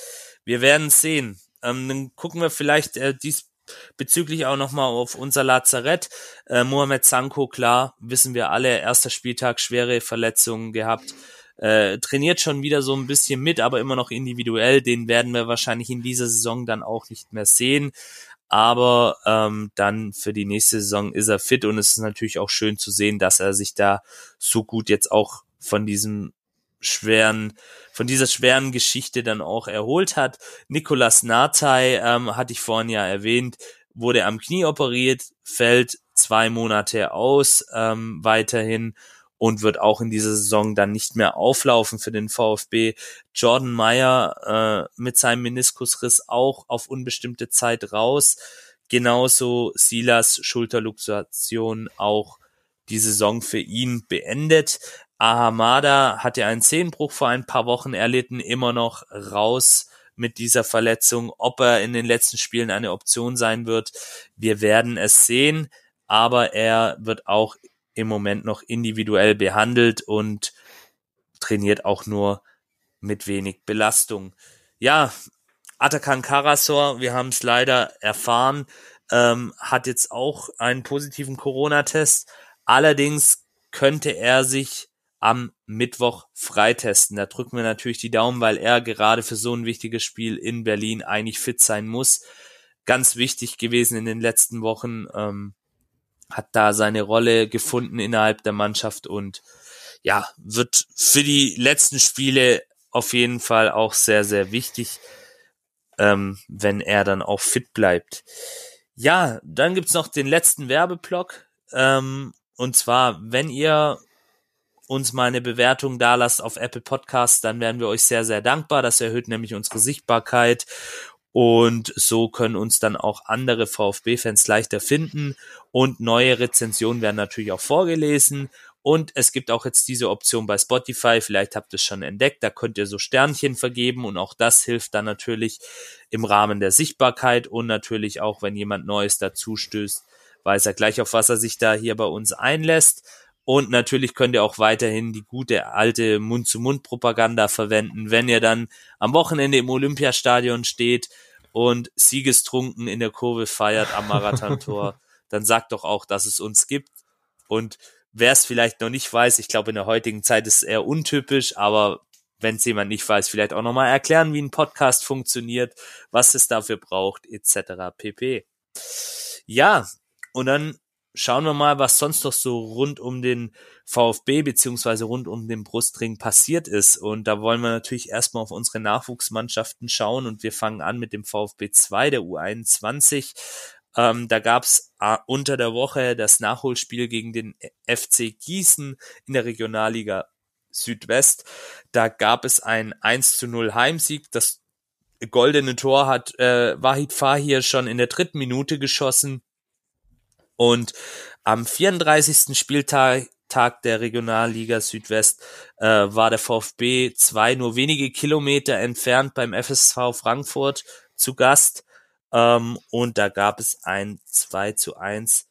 G: wir werden sehen. Ähm, dann gucken wir vielleicht äh, diesbezüglich auch nochmal auf unser Lazarett. Äh, Mohamed Sanko, klar, wissen wir alle, erster Spieltag, schwere Verletzungen gehabt. Äh, trainiert schon wieder so ein bisschen mit, aber immer noch individuell. Den werden wir wahrscheinlich in dieser Saison dann auch nicht mehr sehen. Aber ähm, dann für die nächste Saison ist er fit und es ist natürlich auch schön zu sehen, dass er sich da so gut jetzt auch von diesem schweren, von dieser schweren Geschichte dann auch erholt hat. Nicolas Nartey, ähm, hatte ich vorhin ja erwähnt, wurde am Knie operiert, fällt zwei Monate aus, ähm, weiterhin und wird auch in dieser Saison dann nicht mehr auflaufen für den VfB. Jordan Meyer äh, mit seinem Meniskusriss auch auf unbestimmte Zeit raus. Genauso Silas Schulterluxation, auch die Saison für ihn beendet. Ahamada hatte einen Zehenbruch vor ein paar Wochen erlitten, immer noch raus mit dieser Verletzung. Ob er in den letzten Spielen eine Option sein wird, wir werden es sehen, aber er wird auch im Moment noch individuell behandelt und trainiert auch nur mit wenig Belastung. Ja, Atakan Karasor, wir haben es leider erfahren, ähm, hat jetzt auch einen positiven Corona-Test. Allerdings könnte er sich am Mittwoch freitesten. Da drücken wir natürlich die Daumen, weil er gerade für so ein wichtiges Spiel in Berlin eigentlich fit sein muss. Ganz wichtig gewesen in den letzten Wochen, ähm, hat da seine Rolle gefunden innerhalb der Mannschaft und ja, wird für die letzten Spiele auf jeden Fall auch sehr, sehr wichtig, ähm, wenn er dann auch fit bleibt. Ja, dann gibt's noch den letzten Werbeblock, ähm, und zwar, wenn ihr uns mal eine Bewertung da lasst auf Apple Podcasts, dann wären wir euch sehr, sehr dankbar. Das erhöht nämlich unsere Sichtbarkeit Und so können uns dann auch andere VfB-Fans leichter finden und neue Rezensionen werden natürlich auch vorgelesen. Und es gibt auch jetzt diese Option bei Spotify, vielleicht habt ihr es schon entdeckt, da könnt ihr so Sternchen vergeben und auch das hilft dann natürlich im Rahmen der Sichtbarkeit und natürlich auch, wenn jemand Neues dazu stößt, weiß er gleich, auf was er sich da hier bei uns einlässt. Und natürlich könnt ihr auch weiterhin die gute alte Mund-zu-Mund-Propaganda verwenden, wenn ihr dann am Wochenende im Olympiastadion steht und siegestrunken in der Kurve feiert am Marathontor, dann sagt doch auch, dass es uns gibt. Und wer es vielleicht noch nicht weiß, ich glaube in der heutigen Zeit ist es eher untypisch, aber wenn es jemand nicht weiß, vielleicht auch nochmal erklären, wie ein Podcast funktioniert, was es dafür braucht, et cetera pp. Ja, und dann schauen wir mal, was sonst noch so rund um den VfB beziehungsweise rund um den Brustring passiert ist. Und da wollen wir natürlich erstmal auf unsere Nachwuchsmannschaften schauen und wir fangen an mit dem VfB zwei, der U einundzwanzig. Ähm, da gab's äh, unter der Woche das Nachholspiel gegen den F C Gießen in der Regionalliga Südwest. Da gab es ein eins zu null Heimsieg. Das goldene Tor hat äh, Wahid Fahir schon in der dritten Minute geschossen. Und am vierunddreißigsten Spieltag Tag der Regionalliga Südwest äh, war der VfB zwei nur wenige Kilometer entfernt beim F S V Frankfurt zu Gast. Ähm, und da gab es ein zwei zu eins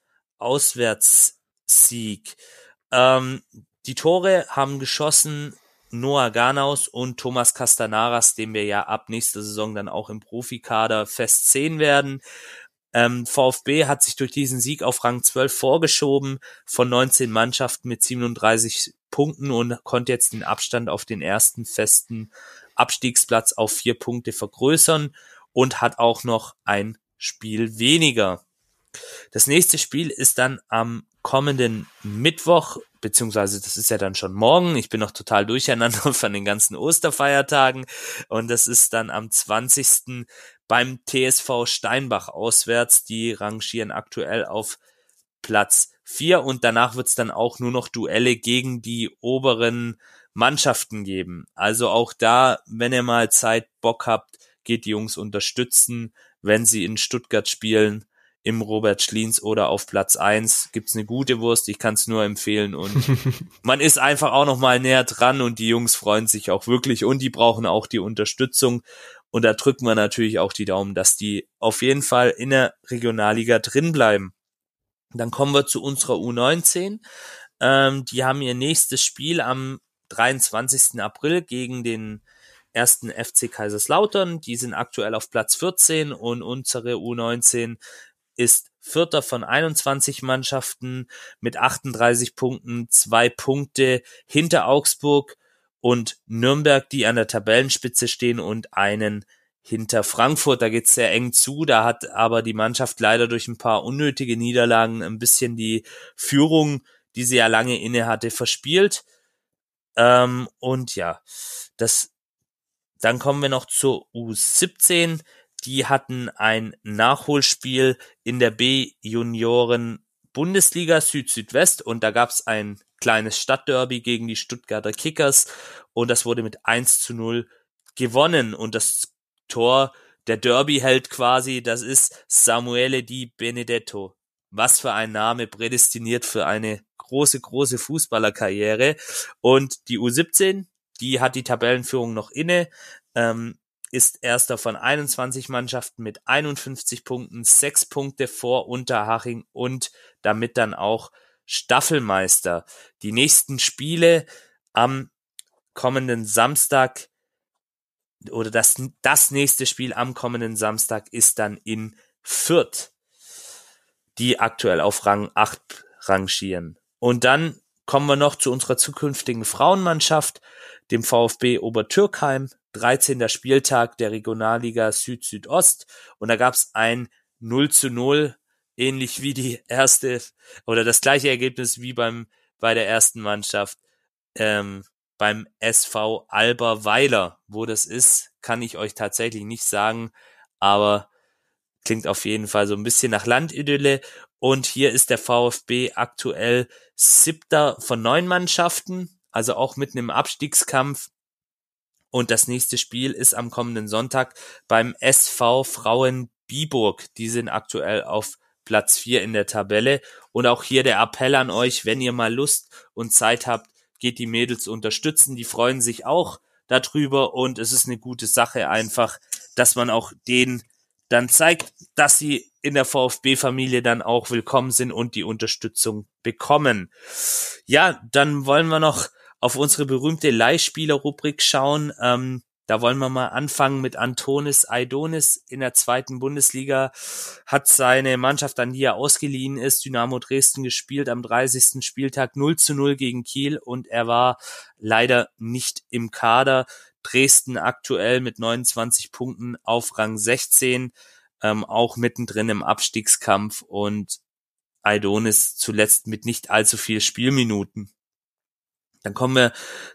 G: Auswärtssieg. Ähm, die Tore haben geschossen Noah Ganaus und Thomas Castanaras, den wir ja ab nächster Saison dann auch im Profikader fest sehen werden. Ähm, VfB hat sich durch diesen Sieg auf Rang zwölf vorgeschoben von neunzehn Mannschaften mit siebenunddreißig Punkten und konnte jetzt den Abstand auf den ersten festen Abstiegsplatz auf vier Punkte vergrößern und hat auch noch ein Spiel weniger. Das nächste Spiel ist dann am kommenden Mittwoch, beziehungsweise das ist ja dann schon morgen. Ich bin noch total durcheinander von den ganzen Osterfeiertagen und das ist dann am zwanzigsten beim T S V Steinbach auswärts. Die rangieren aktuell auf Platz vier und danach wird es dann auch nur noch Duelle gegen die oberen Mannschaften geben. Also auch da, wenn ihr mal Zeit, Bock habt, geht die Jungs unterstützen, wenn sie in Stuttgart spielen, im Robert Schliens oder auf Platz eins gibt's eine gute Wurst, ich kann es nur empfehlen und man ist einfach auch noch mal näher dran und die Jungs freuen sich auch wirklich und die brauchen auch die Unterstützung und da drücken wir natürlich auch die Daumen, dass die auf jeden Fall in der Regionalliga drin bleiben. Dann kommen wir zu unserer U neunzehn, ähm, die haben ihr nächstes Spiel am dreiundzwanzigsten April gegen den ersten F C Kaiserslautern, die sind aktuell auf Platz vierzehn und unsere U neunzehn ist Vierter von einundzwanzig Mannschaften mit achtunddreißig Punkten, zwei Punkte hinter Augsburg und Nürnberg, die an der Tabellenspitze stehen und einen hinter Frankfurt. Da geht's sehr eng zu, da hat aber die Mannschaft leider durch ein paar unnötige Niederlagen ein bisschen die Führung, die sie ja lange inne hatte, verspielt. Ähm, und ja, das dann kommen wir noch zur U siebzehn. Die hatten ein Nachholspiel in der B-Junioren-Bundesliga Süd-Südwest und da gab's ein kleines Stadtderby gegen die Stuttgarter Kickers und das wurde mit eins zu null gewonnen und das Tor, der Derby-Held quasi, das ist Samuele Di Benedetto. Was für ein Name, prädestiniert für eine große, große Fußballerkarriere. Und die U siebzehn, die hat die Tabellenführung noch inne, ähm, ist erster von einundzwanzig Mannschaften mit einundfünfzig Punkten, sechs Punkte vor Unterhaching und damit dann auch Staffelmeister. Die nächsten Spiele am kommenden Samstag oder das, das nächste Spiel am kommenden Samstag ist dann in Fürth, die aktuell auf Rang acht rangieren. Und dann kommen wir noch zu unserer zukünftigen Frauenmannschaft, dem VfB Obertürkheim, dreizehnter Spieltag der Regionalliga Süd-Südost und da gab es ein null zu null, ähnlich wie die erste oder das gleiche Ergebnis wie beim bei der ersten Mannschaft ähm, beim S V Alberweiler. Wo das ist, kann ich euch tatsächlich nicht sagen, aber klingt auf jeden Fall so ein bisschen nach Landidylle. Und hier ist der VfB aktuell siebter von neun Mannschaften, also auch mitten im Abstiegskampf. Und das nächste Spiel ist am kommenden Sonntag beim S V Frauen Biburg. Die sind aktuell auf Platz vier in der Tabelle. Und auch hier der Appell an euch, wenn ihr mal Lust und Zeit habt, geht die Mädels unterstützen. Die freuen sich auch darüber und es ist eine gute Sache einfach, dass man auch denen dann zeigt, dass sie in der VfB-Familie dann auch willkommen sind und die Unterstützung bekommen. Ja, dann wollen wir noch auf unsere berühmte Leihspieler-Rubrik schauen. Ähm, da wollen wir mal anfangen mit Antonis Aidonis in der zweiten Bundesliga. Hat seine Mannschaft, an die er ausgeliehen ist, Dynamo Dresden, gespielt am dreißigsten Spieltag null zu null gegen Kiel und er war leider nicht im Kader. Dresden aktuell mit neunundzwanzig Punkten auf Rang sechzehn, ähm, auch mittendrin im Abstiegskampf und Aidonis zuletzt mit nicht allzu viel Spielminuten. Dann kommen wir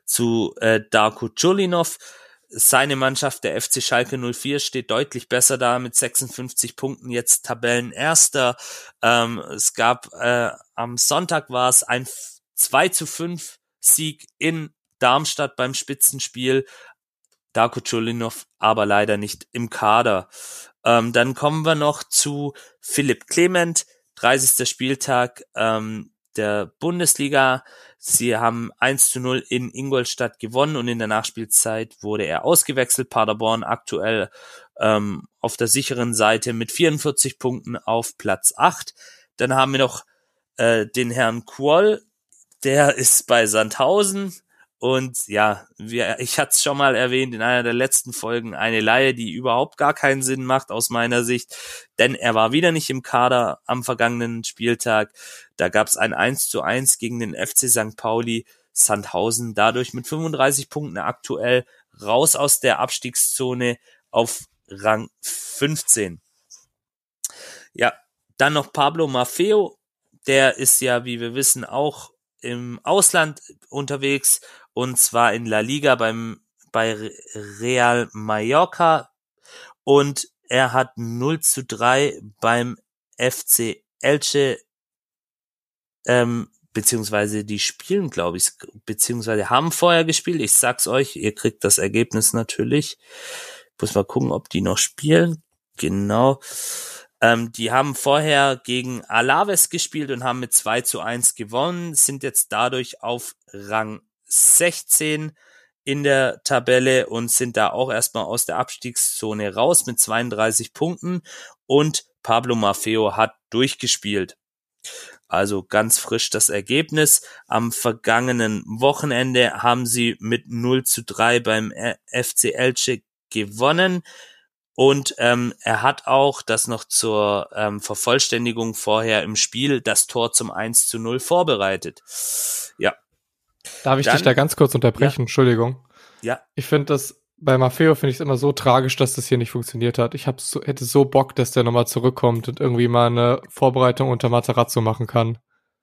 G: zu äh, Darko Chulinov. Seine Mannschaft, der F C Schalke null vier, steht deutlich besser da mit sechsundfünfzig Punkten, jetzt Tabellenerster. Ähm, es gab, äh, am Sonntag war es ein zwei zu fünf Sieg in Darmstadt beim Spitzenspiel. Darko Chulinov aber leider nicht im Kader. Ähm, dann kommen wir noch zu Philipp Clement, dreißigster Spieltag ähm, der Bundesliga. Sie haben eins zu null in Ingolstadt gewonnen und in der Nachspielzeit wurde er ausgewechselt. Paderborn aktuell ähm, auf der sicheren Seite mit vierundvierzig Punkten auf Platz acht. Dann haben wir noch äh, den Herrn Quoll, der ist bei Sandhausen. Und ja, wir, ich hatte es schon mal erwähnt in einer der letzten Folgen, eine Leihe, die überhaupt gar keinen Sinn macht aus meiner Sicht, denn er war wieder nicht im Kader am vergangenen Spieltag. Da gab es ein eins zu eins gegen den F C Sankt Pauli. Sandhausen dadurch mit fünfunddreißig Punkten aktuell raus aus der Abstiegszone auf Rang fünfzehn. Ja, dann noch Pablo Maffeo, der ist ja, wie wir wissen, auch im Ausland unterwegs und zwar in La Liga beim bei Real Mallorca und er hat null zu drei beim F C Elche ähm, beziehungsweise die spielen, glaube ich, beziehungsweise haben vorher gespielt. Ich sag's euch, ihr kriegt das Ergebnis natürlich. Ich muss mal gucken, ob die noch spielen. Genau. Ähm, die haben vorher gegen Alaves gespielt und haben mit zwei zu eins gewonnen, sind jetzt dadurch auf Rang sechzehn in der Tabelle und sind da auch erstmal aus der Abstiegszone raus mit zweiunddreißig Punkten und Pablo Maffeo hat durchgespielt. Also ganz frisch das Ergebnis. Am vergangenen Wochenende haben sie mit null zu drei beim F C Elche gewonnen. Und ähm, er hat auch, das noch zur ähm, Vervollständigung vorher im Spiel, das Tor zum eins zu null vorbereitet. Ja.
E: Darf ich
G: Dann,
E: dich da ganz kurz unterbrechen? Ja. Entschuldigung.
G: Ja.
E: Ich finde das, bei Maffeo finde ich es immer so tragisch, dass das hier nicht funktioniert hat. Ich hab so, hätte so Bock, dass der nochmal zurückkommt und irgendwie mal eine Vorbereitung unter Materazzo machen kann.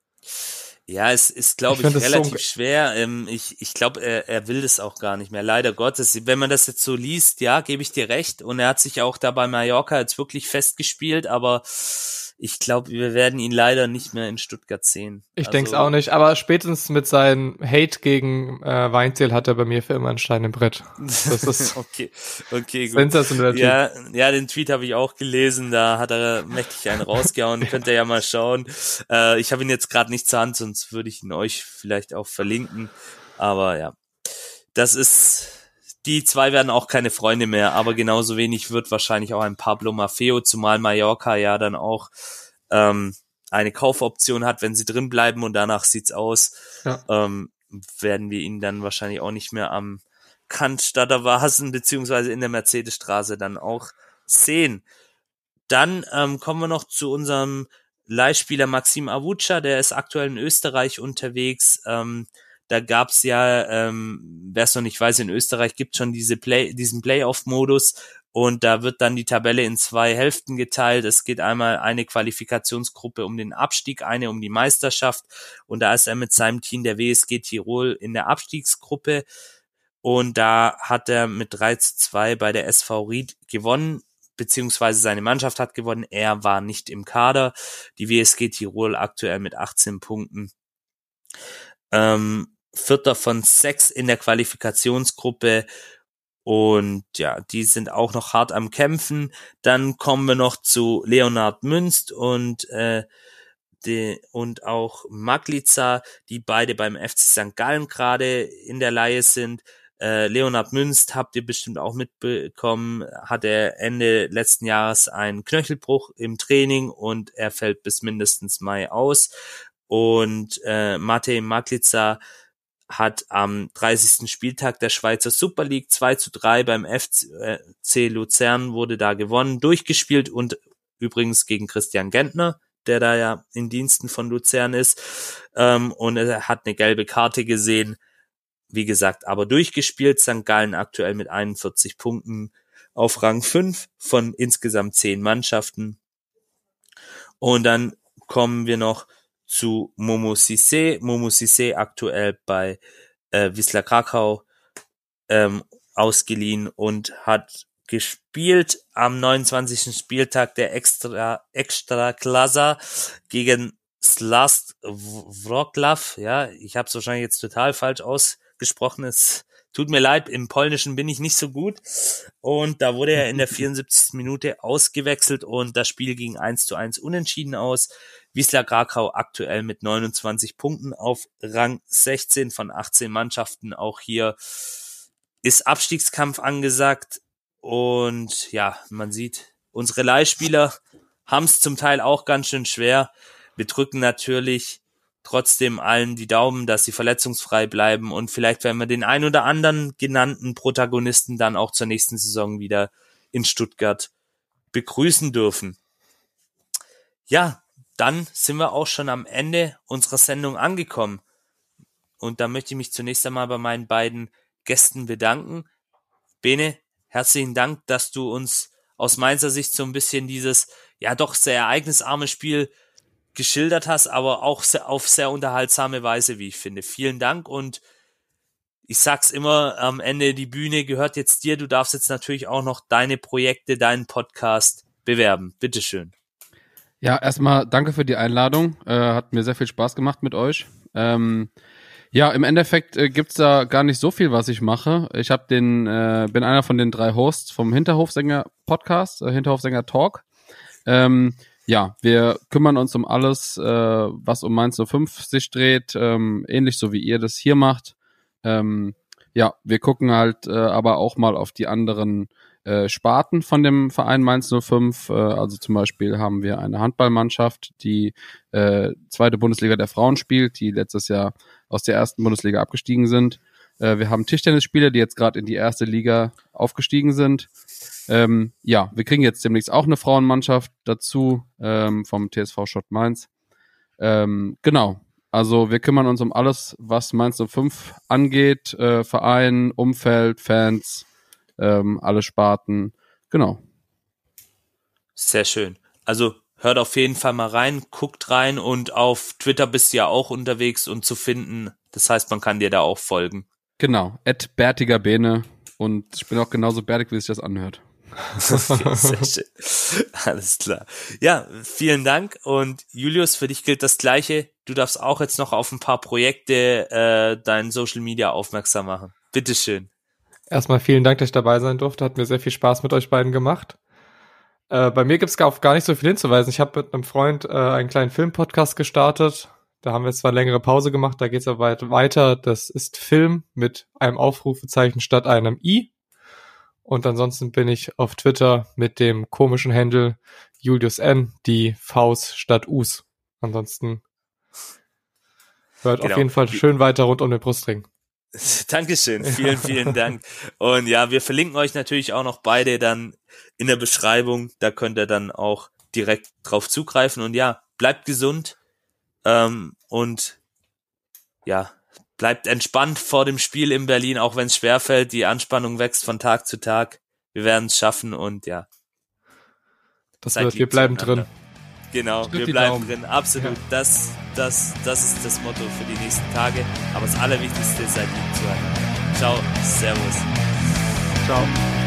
G: Ja, es ist, glaube ich, ich relativ so schwer. Ähm, ich ich glaube, er, er will das auch gar nicht mehr. Leider Gottes. Wenn man das jetzt so liest, ja, gebe ich dir recht. Und er hat sich auch da bei Mallorca jetzt wirklich festgespielt. Aber ich glaube, wir werden ihn leider nicht mehr in Stuttgart sehen.
E: Ich
G: also,
E: denke es auch nicht. Aber spätestens mit seinem Hate gegen äh, Weinziel hat er bei mir für immer einen Stein im Brett. Das ist
G: okay, okay, gut.
E: Sensationell.
G: Ja, ja, den Tweet habe ich auch gelesen. Da hat er mächtig einen rausgehauen. Könnt ihr ja mal schauen. Äh, ich habe ihn jetzt gerade nicht zur Hand, sonst würde ich ihn euch vielleicht auch verlinken. Aber ja, das ist... Die zwei werden auch keine Freunde mehr, aber genauso wenig wird wahrscheinlich auch ein Pablo Maffeo, zumal Mallorca ja dann auch ähm, eine Kaufoption hat, wenn sie drin bleiben und danach sieht's aus, ja. ähm, werden wir ihn dann wahrscheinlich auch nicht mehr am Cannstatter Vasen beziehungsweise in der Mercedesstraße dann auch sehen. Dann ähm, kommen wir noch zu unserem Leihspieler Maxim Avuca, der ist aktuell in Österreich unterwegs. Ähm, Da gab's ja, ähm, wer es noch nicht weiß, in Österreich gibt schon diese Play, diesen Playoff-Modus und da wird dann die Tabelle in zwei Hälften geteilt. Es geht einmal eine Qualifikationsgruppe um den Abstieg, eine um die Meisterschaft und da ist er mit seinem Team der W S G Tirol in der Abstiegsgruppe und da hat er mit drei zu zwei bei der S V Ried gewonnen, beziehungsweise seine Mannschaft hat gewonnen. Er war nicht im Kader. Die W S G Tirol aktuell mit achtzehn Punkten. Ähm, Vierter von sechs in der Qualifikationsgruppe Und ja, die sind auch noch hart am Kämpfen. Dann kommen wir noch zu Leonhard Münst und äh, die, und auch Maglica, die beide beim F C Sankt Gallen gerade in der Leihe sind. Äh, Leonhard Münst, habt ihr bestimmt auch mitbekommen, hatte Ende letzten Jahres einen Knöchelbruch im Training und er fällt bis mindestens Mai aus. Und äh, Matej Maglica hat am dreißigsten Spieltag der Schweizer Super League zwei zu drei beim F C Luzern wurde da gewonnen, durchgespielt und übrigens gegen Christian Gentner, der da ja in Diensten von Luzern ist, ähm, und er hat eine gelbe Karte gesehen, wie gesagt, aber durchgespielt. Sankt Gallen aktuell mit einundvierzig Punkten auf Rang fünf von insgesamt zehn Mannschaften. Und dann kommen wir noch zu Momo Cissé. Momo Cissé aktuell bei äh, Wisla Krakau ähm, ausgeliehen und hat gespielt am neunundzwanzigsten Spieltag der Extra Ekstraklasa gegen Slast Wroclaw. Ja, ich habe es wahrscheinlich jetzt total falsch ausgesprochen. Es tut mir leid, im Polnischen bin ich nicht so gut. Und da wurde er in der vierundsiebzigsten Minute ausgewechselt und das Spiel ging eins zu eins unentschieden aus. Wisla Krakau aktuell mit neunundzwanzig Punkten auf Rang sechzehn von achtzehn Mannschaften. Auch hier ist Abstiegskampf angesagt. Und ja, man sieht, unsere Leihspieler haben es zum Teil auch ganz schön schwer. Wir drücken natürlich trotzdem allen die Daumen, dass sie verletzungsfrei bleiben und vielleicht werden wir den ein oder anderen genannten Protagonisten dann auch zur nächsten Saison wieder in Stuttgart begrüßen dürfen. Ja, dann sind wir auch schon am Ende unserer Sendung angekommen. Und da möchte ich mich zunächst einmal bei meinen beiden Gästen bedanken. Bene, herzlichen Dank, dass du uns aus Mainzer Sicht so ein bisschen dieses, ja doch sehr ereignisarme Spiel geschildert hast, aber auch sehr, auf sehr unterhaltsame Weise, wie ich finde. Vielen Dank und ich sag's immer, am Ende, die Bühne gehört jetzt dir. Du darfst jetzt natürlich auch noch deine Projekte, deinen Podcast bewerben. Bitteschön.
B: Ja, erstmal danke für die Einladung. Äh, hat mir sehr viel Spaß gemacht mit euch. Ähm, ja, im Endeffekt äh, gibt's da gar nicht so viel, was ich mache. Ich hab den, äh, bin einer von den drei Hosts vom Hinterhofsänger-Podcast, äh, Hinterhofsänger-Talk. Ähm, ja, wir kümmern uns um alles, äh, was um Mainz null fünf sich dreht, ähm, ähnlich so wie ihr das hier macht. Ähm, ja, wir gucken halt äh, aber auch mal auf die anderen äh, Sparten von dem Verein Mainz null fünf. Äh, also zum Beispiel haben wir eine Handballmannschaft, die äh, zweite Bundesliga der Frauen spielt, die letztes Jahr aus der ersten Bundesliga abgestiegen sind. Äh, wir haben Tischtennisspieler, die jetzt gerade in die erste Liga aufgestiegen sind. Ähm, ja, wir kriegen jetzt demnächst auch eine Frauenmannschaft dazu ähm, vom T S V Schott Mainz. Ähm, genau. Also wir kümmern uns um alles, was Mainz null fünf angeht, äh, Verein, Umfeld, Fans, ähm, alle Sparten, genau.
G: Sehr schön. Also hört auf jeden Fall mal rein, guckt rein und auf Twitter bist du ja auch unterwegs und zu finden. Das heißt, man kann dir da auch folgen.
B: Genau, at bärtiger Bene und ich bin auch genauso bärtig, wie sich das anhört.
G: Okay, sehr schön. Alles klar. Ja, vielen Dank und Julius, für dich gilt das Gleiche. Du darfst auch jetzt noch auf ein paar Projekte äh, dein Social Media aufmerksam machen. Bitteschön.
E: Erstmal vielen Dank, dass ich dabei sein durfte. Hat mir sehr viel Spaß mit euch beiden gemacht. Äh, bei mir gibt's gar, gar nicht so viel hinzuweisen. Ich habe mit einem Freund äh, einen kleinen Filmpodcast gestartet. Da haben wir jetzt zwar eine längere Pause gemacht, da geht's aber weit weiter. Das ist Film mit einem Aufrufezeichen statt einem I. Und ansonsten bin ich auf Twitter mit dem komischen Handle Julius N, die Vs statt Us. Ansonsten hört genau. Auf jeden Fall schön weiter rund um den Brustring.
G: Dankeschön, vielen, vielen Dank. Und ja, wir verlinken euch natürlich auch noch beide dann in der Beschreibung. Da könnt ihr dann auch direkt drauf zugreifen. Und ja, bleibt gesund ähm, und ja, bleibt entspannt vor dem Spiel in Berlin, auch wenn es schwerfällt. Die Anspannung wächst von Tag zu Tag. Wir werden es schaffen und ja.
E: Das wird, wir bleiben drin.
G: Genau, Stück wir bleiben drin. Absolut. Ja. Das, das, das ist das Motto für die nächsten Tage. Aber das Allerwichtigste ist, seid lieb zueinander. Ciao, servus.
E: Ciao.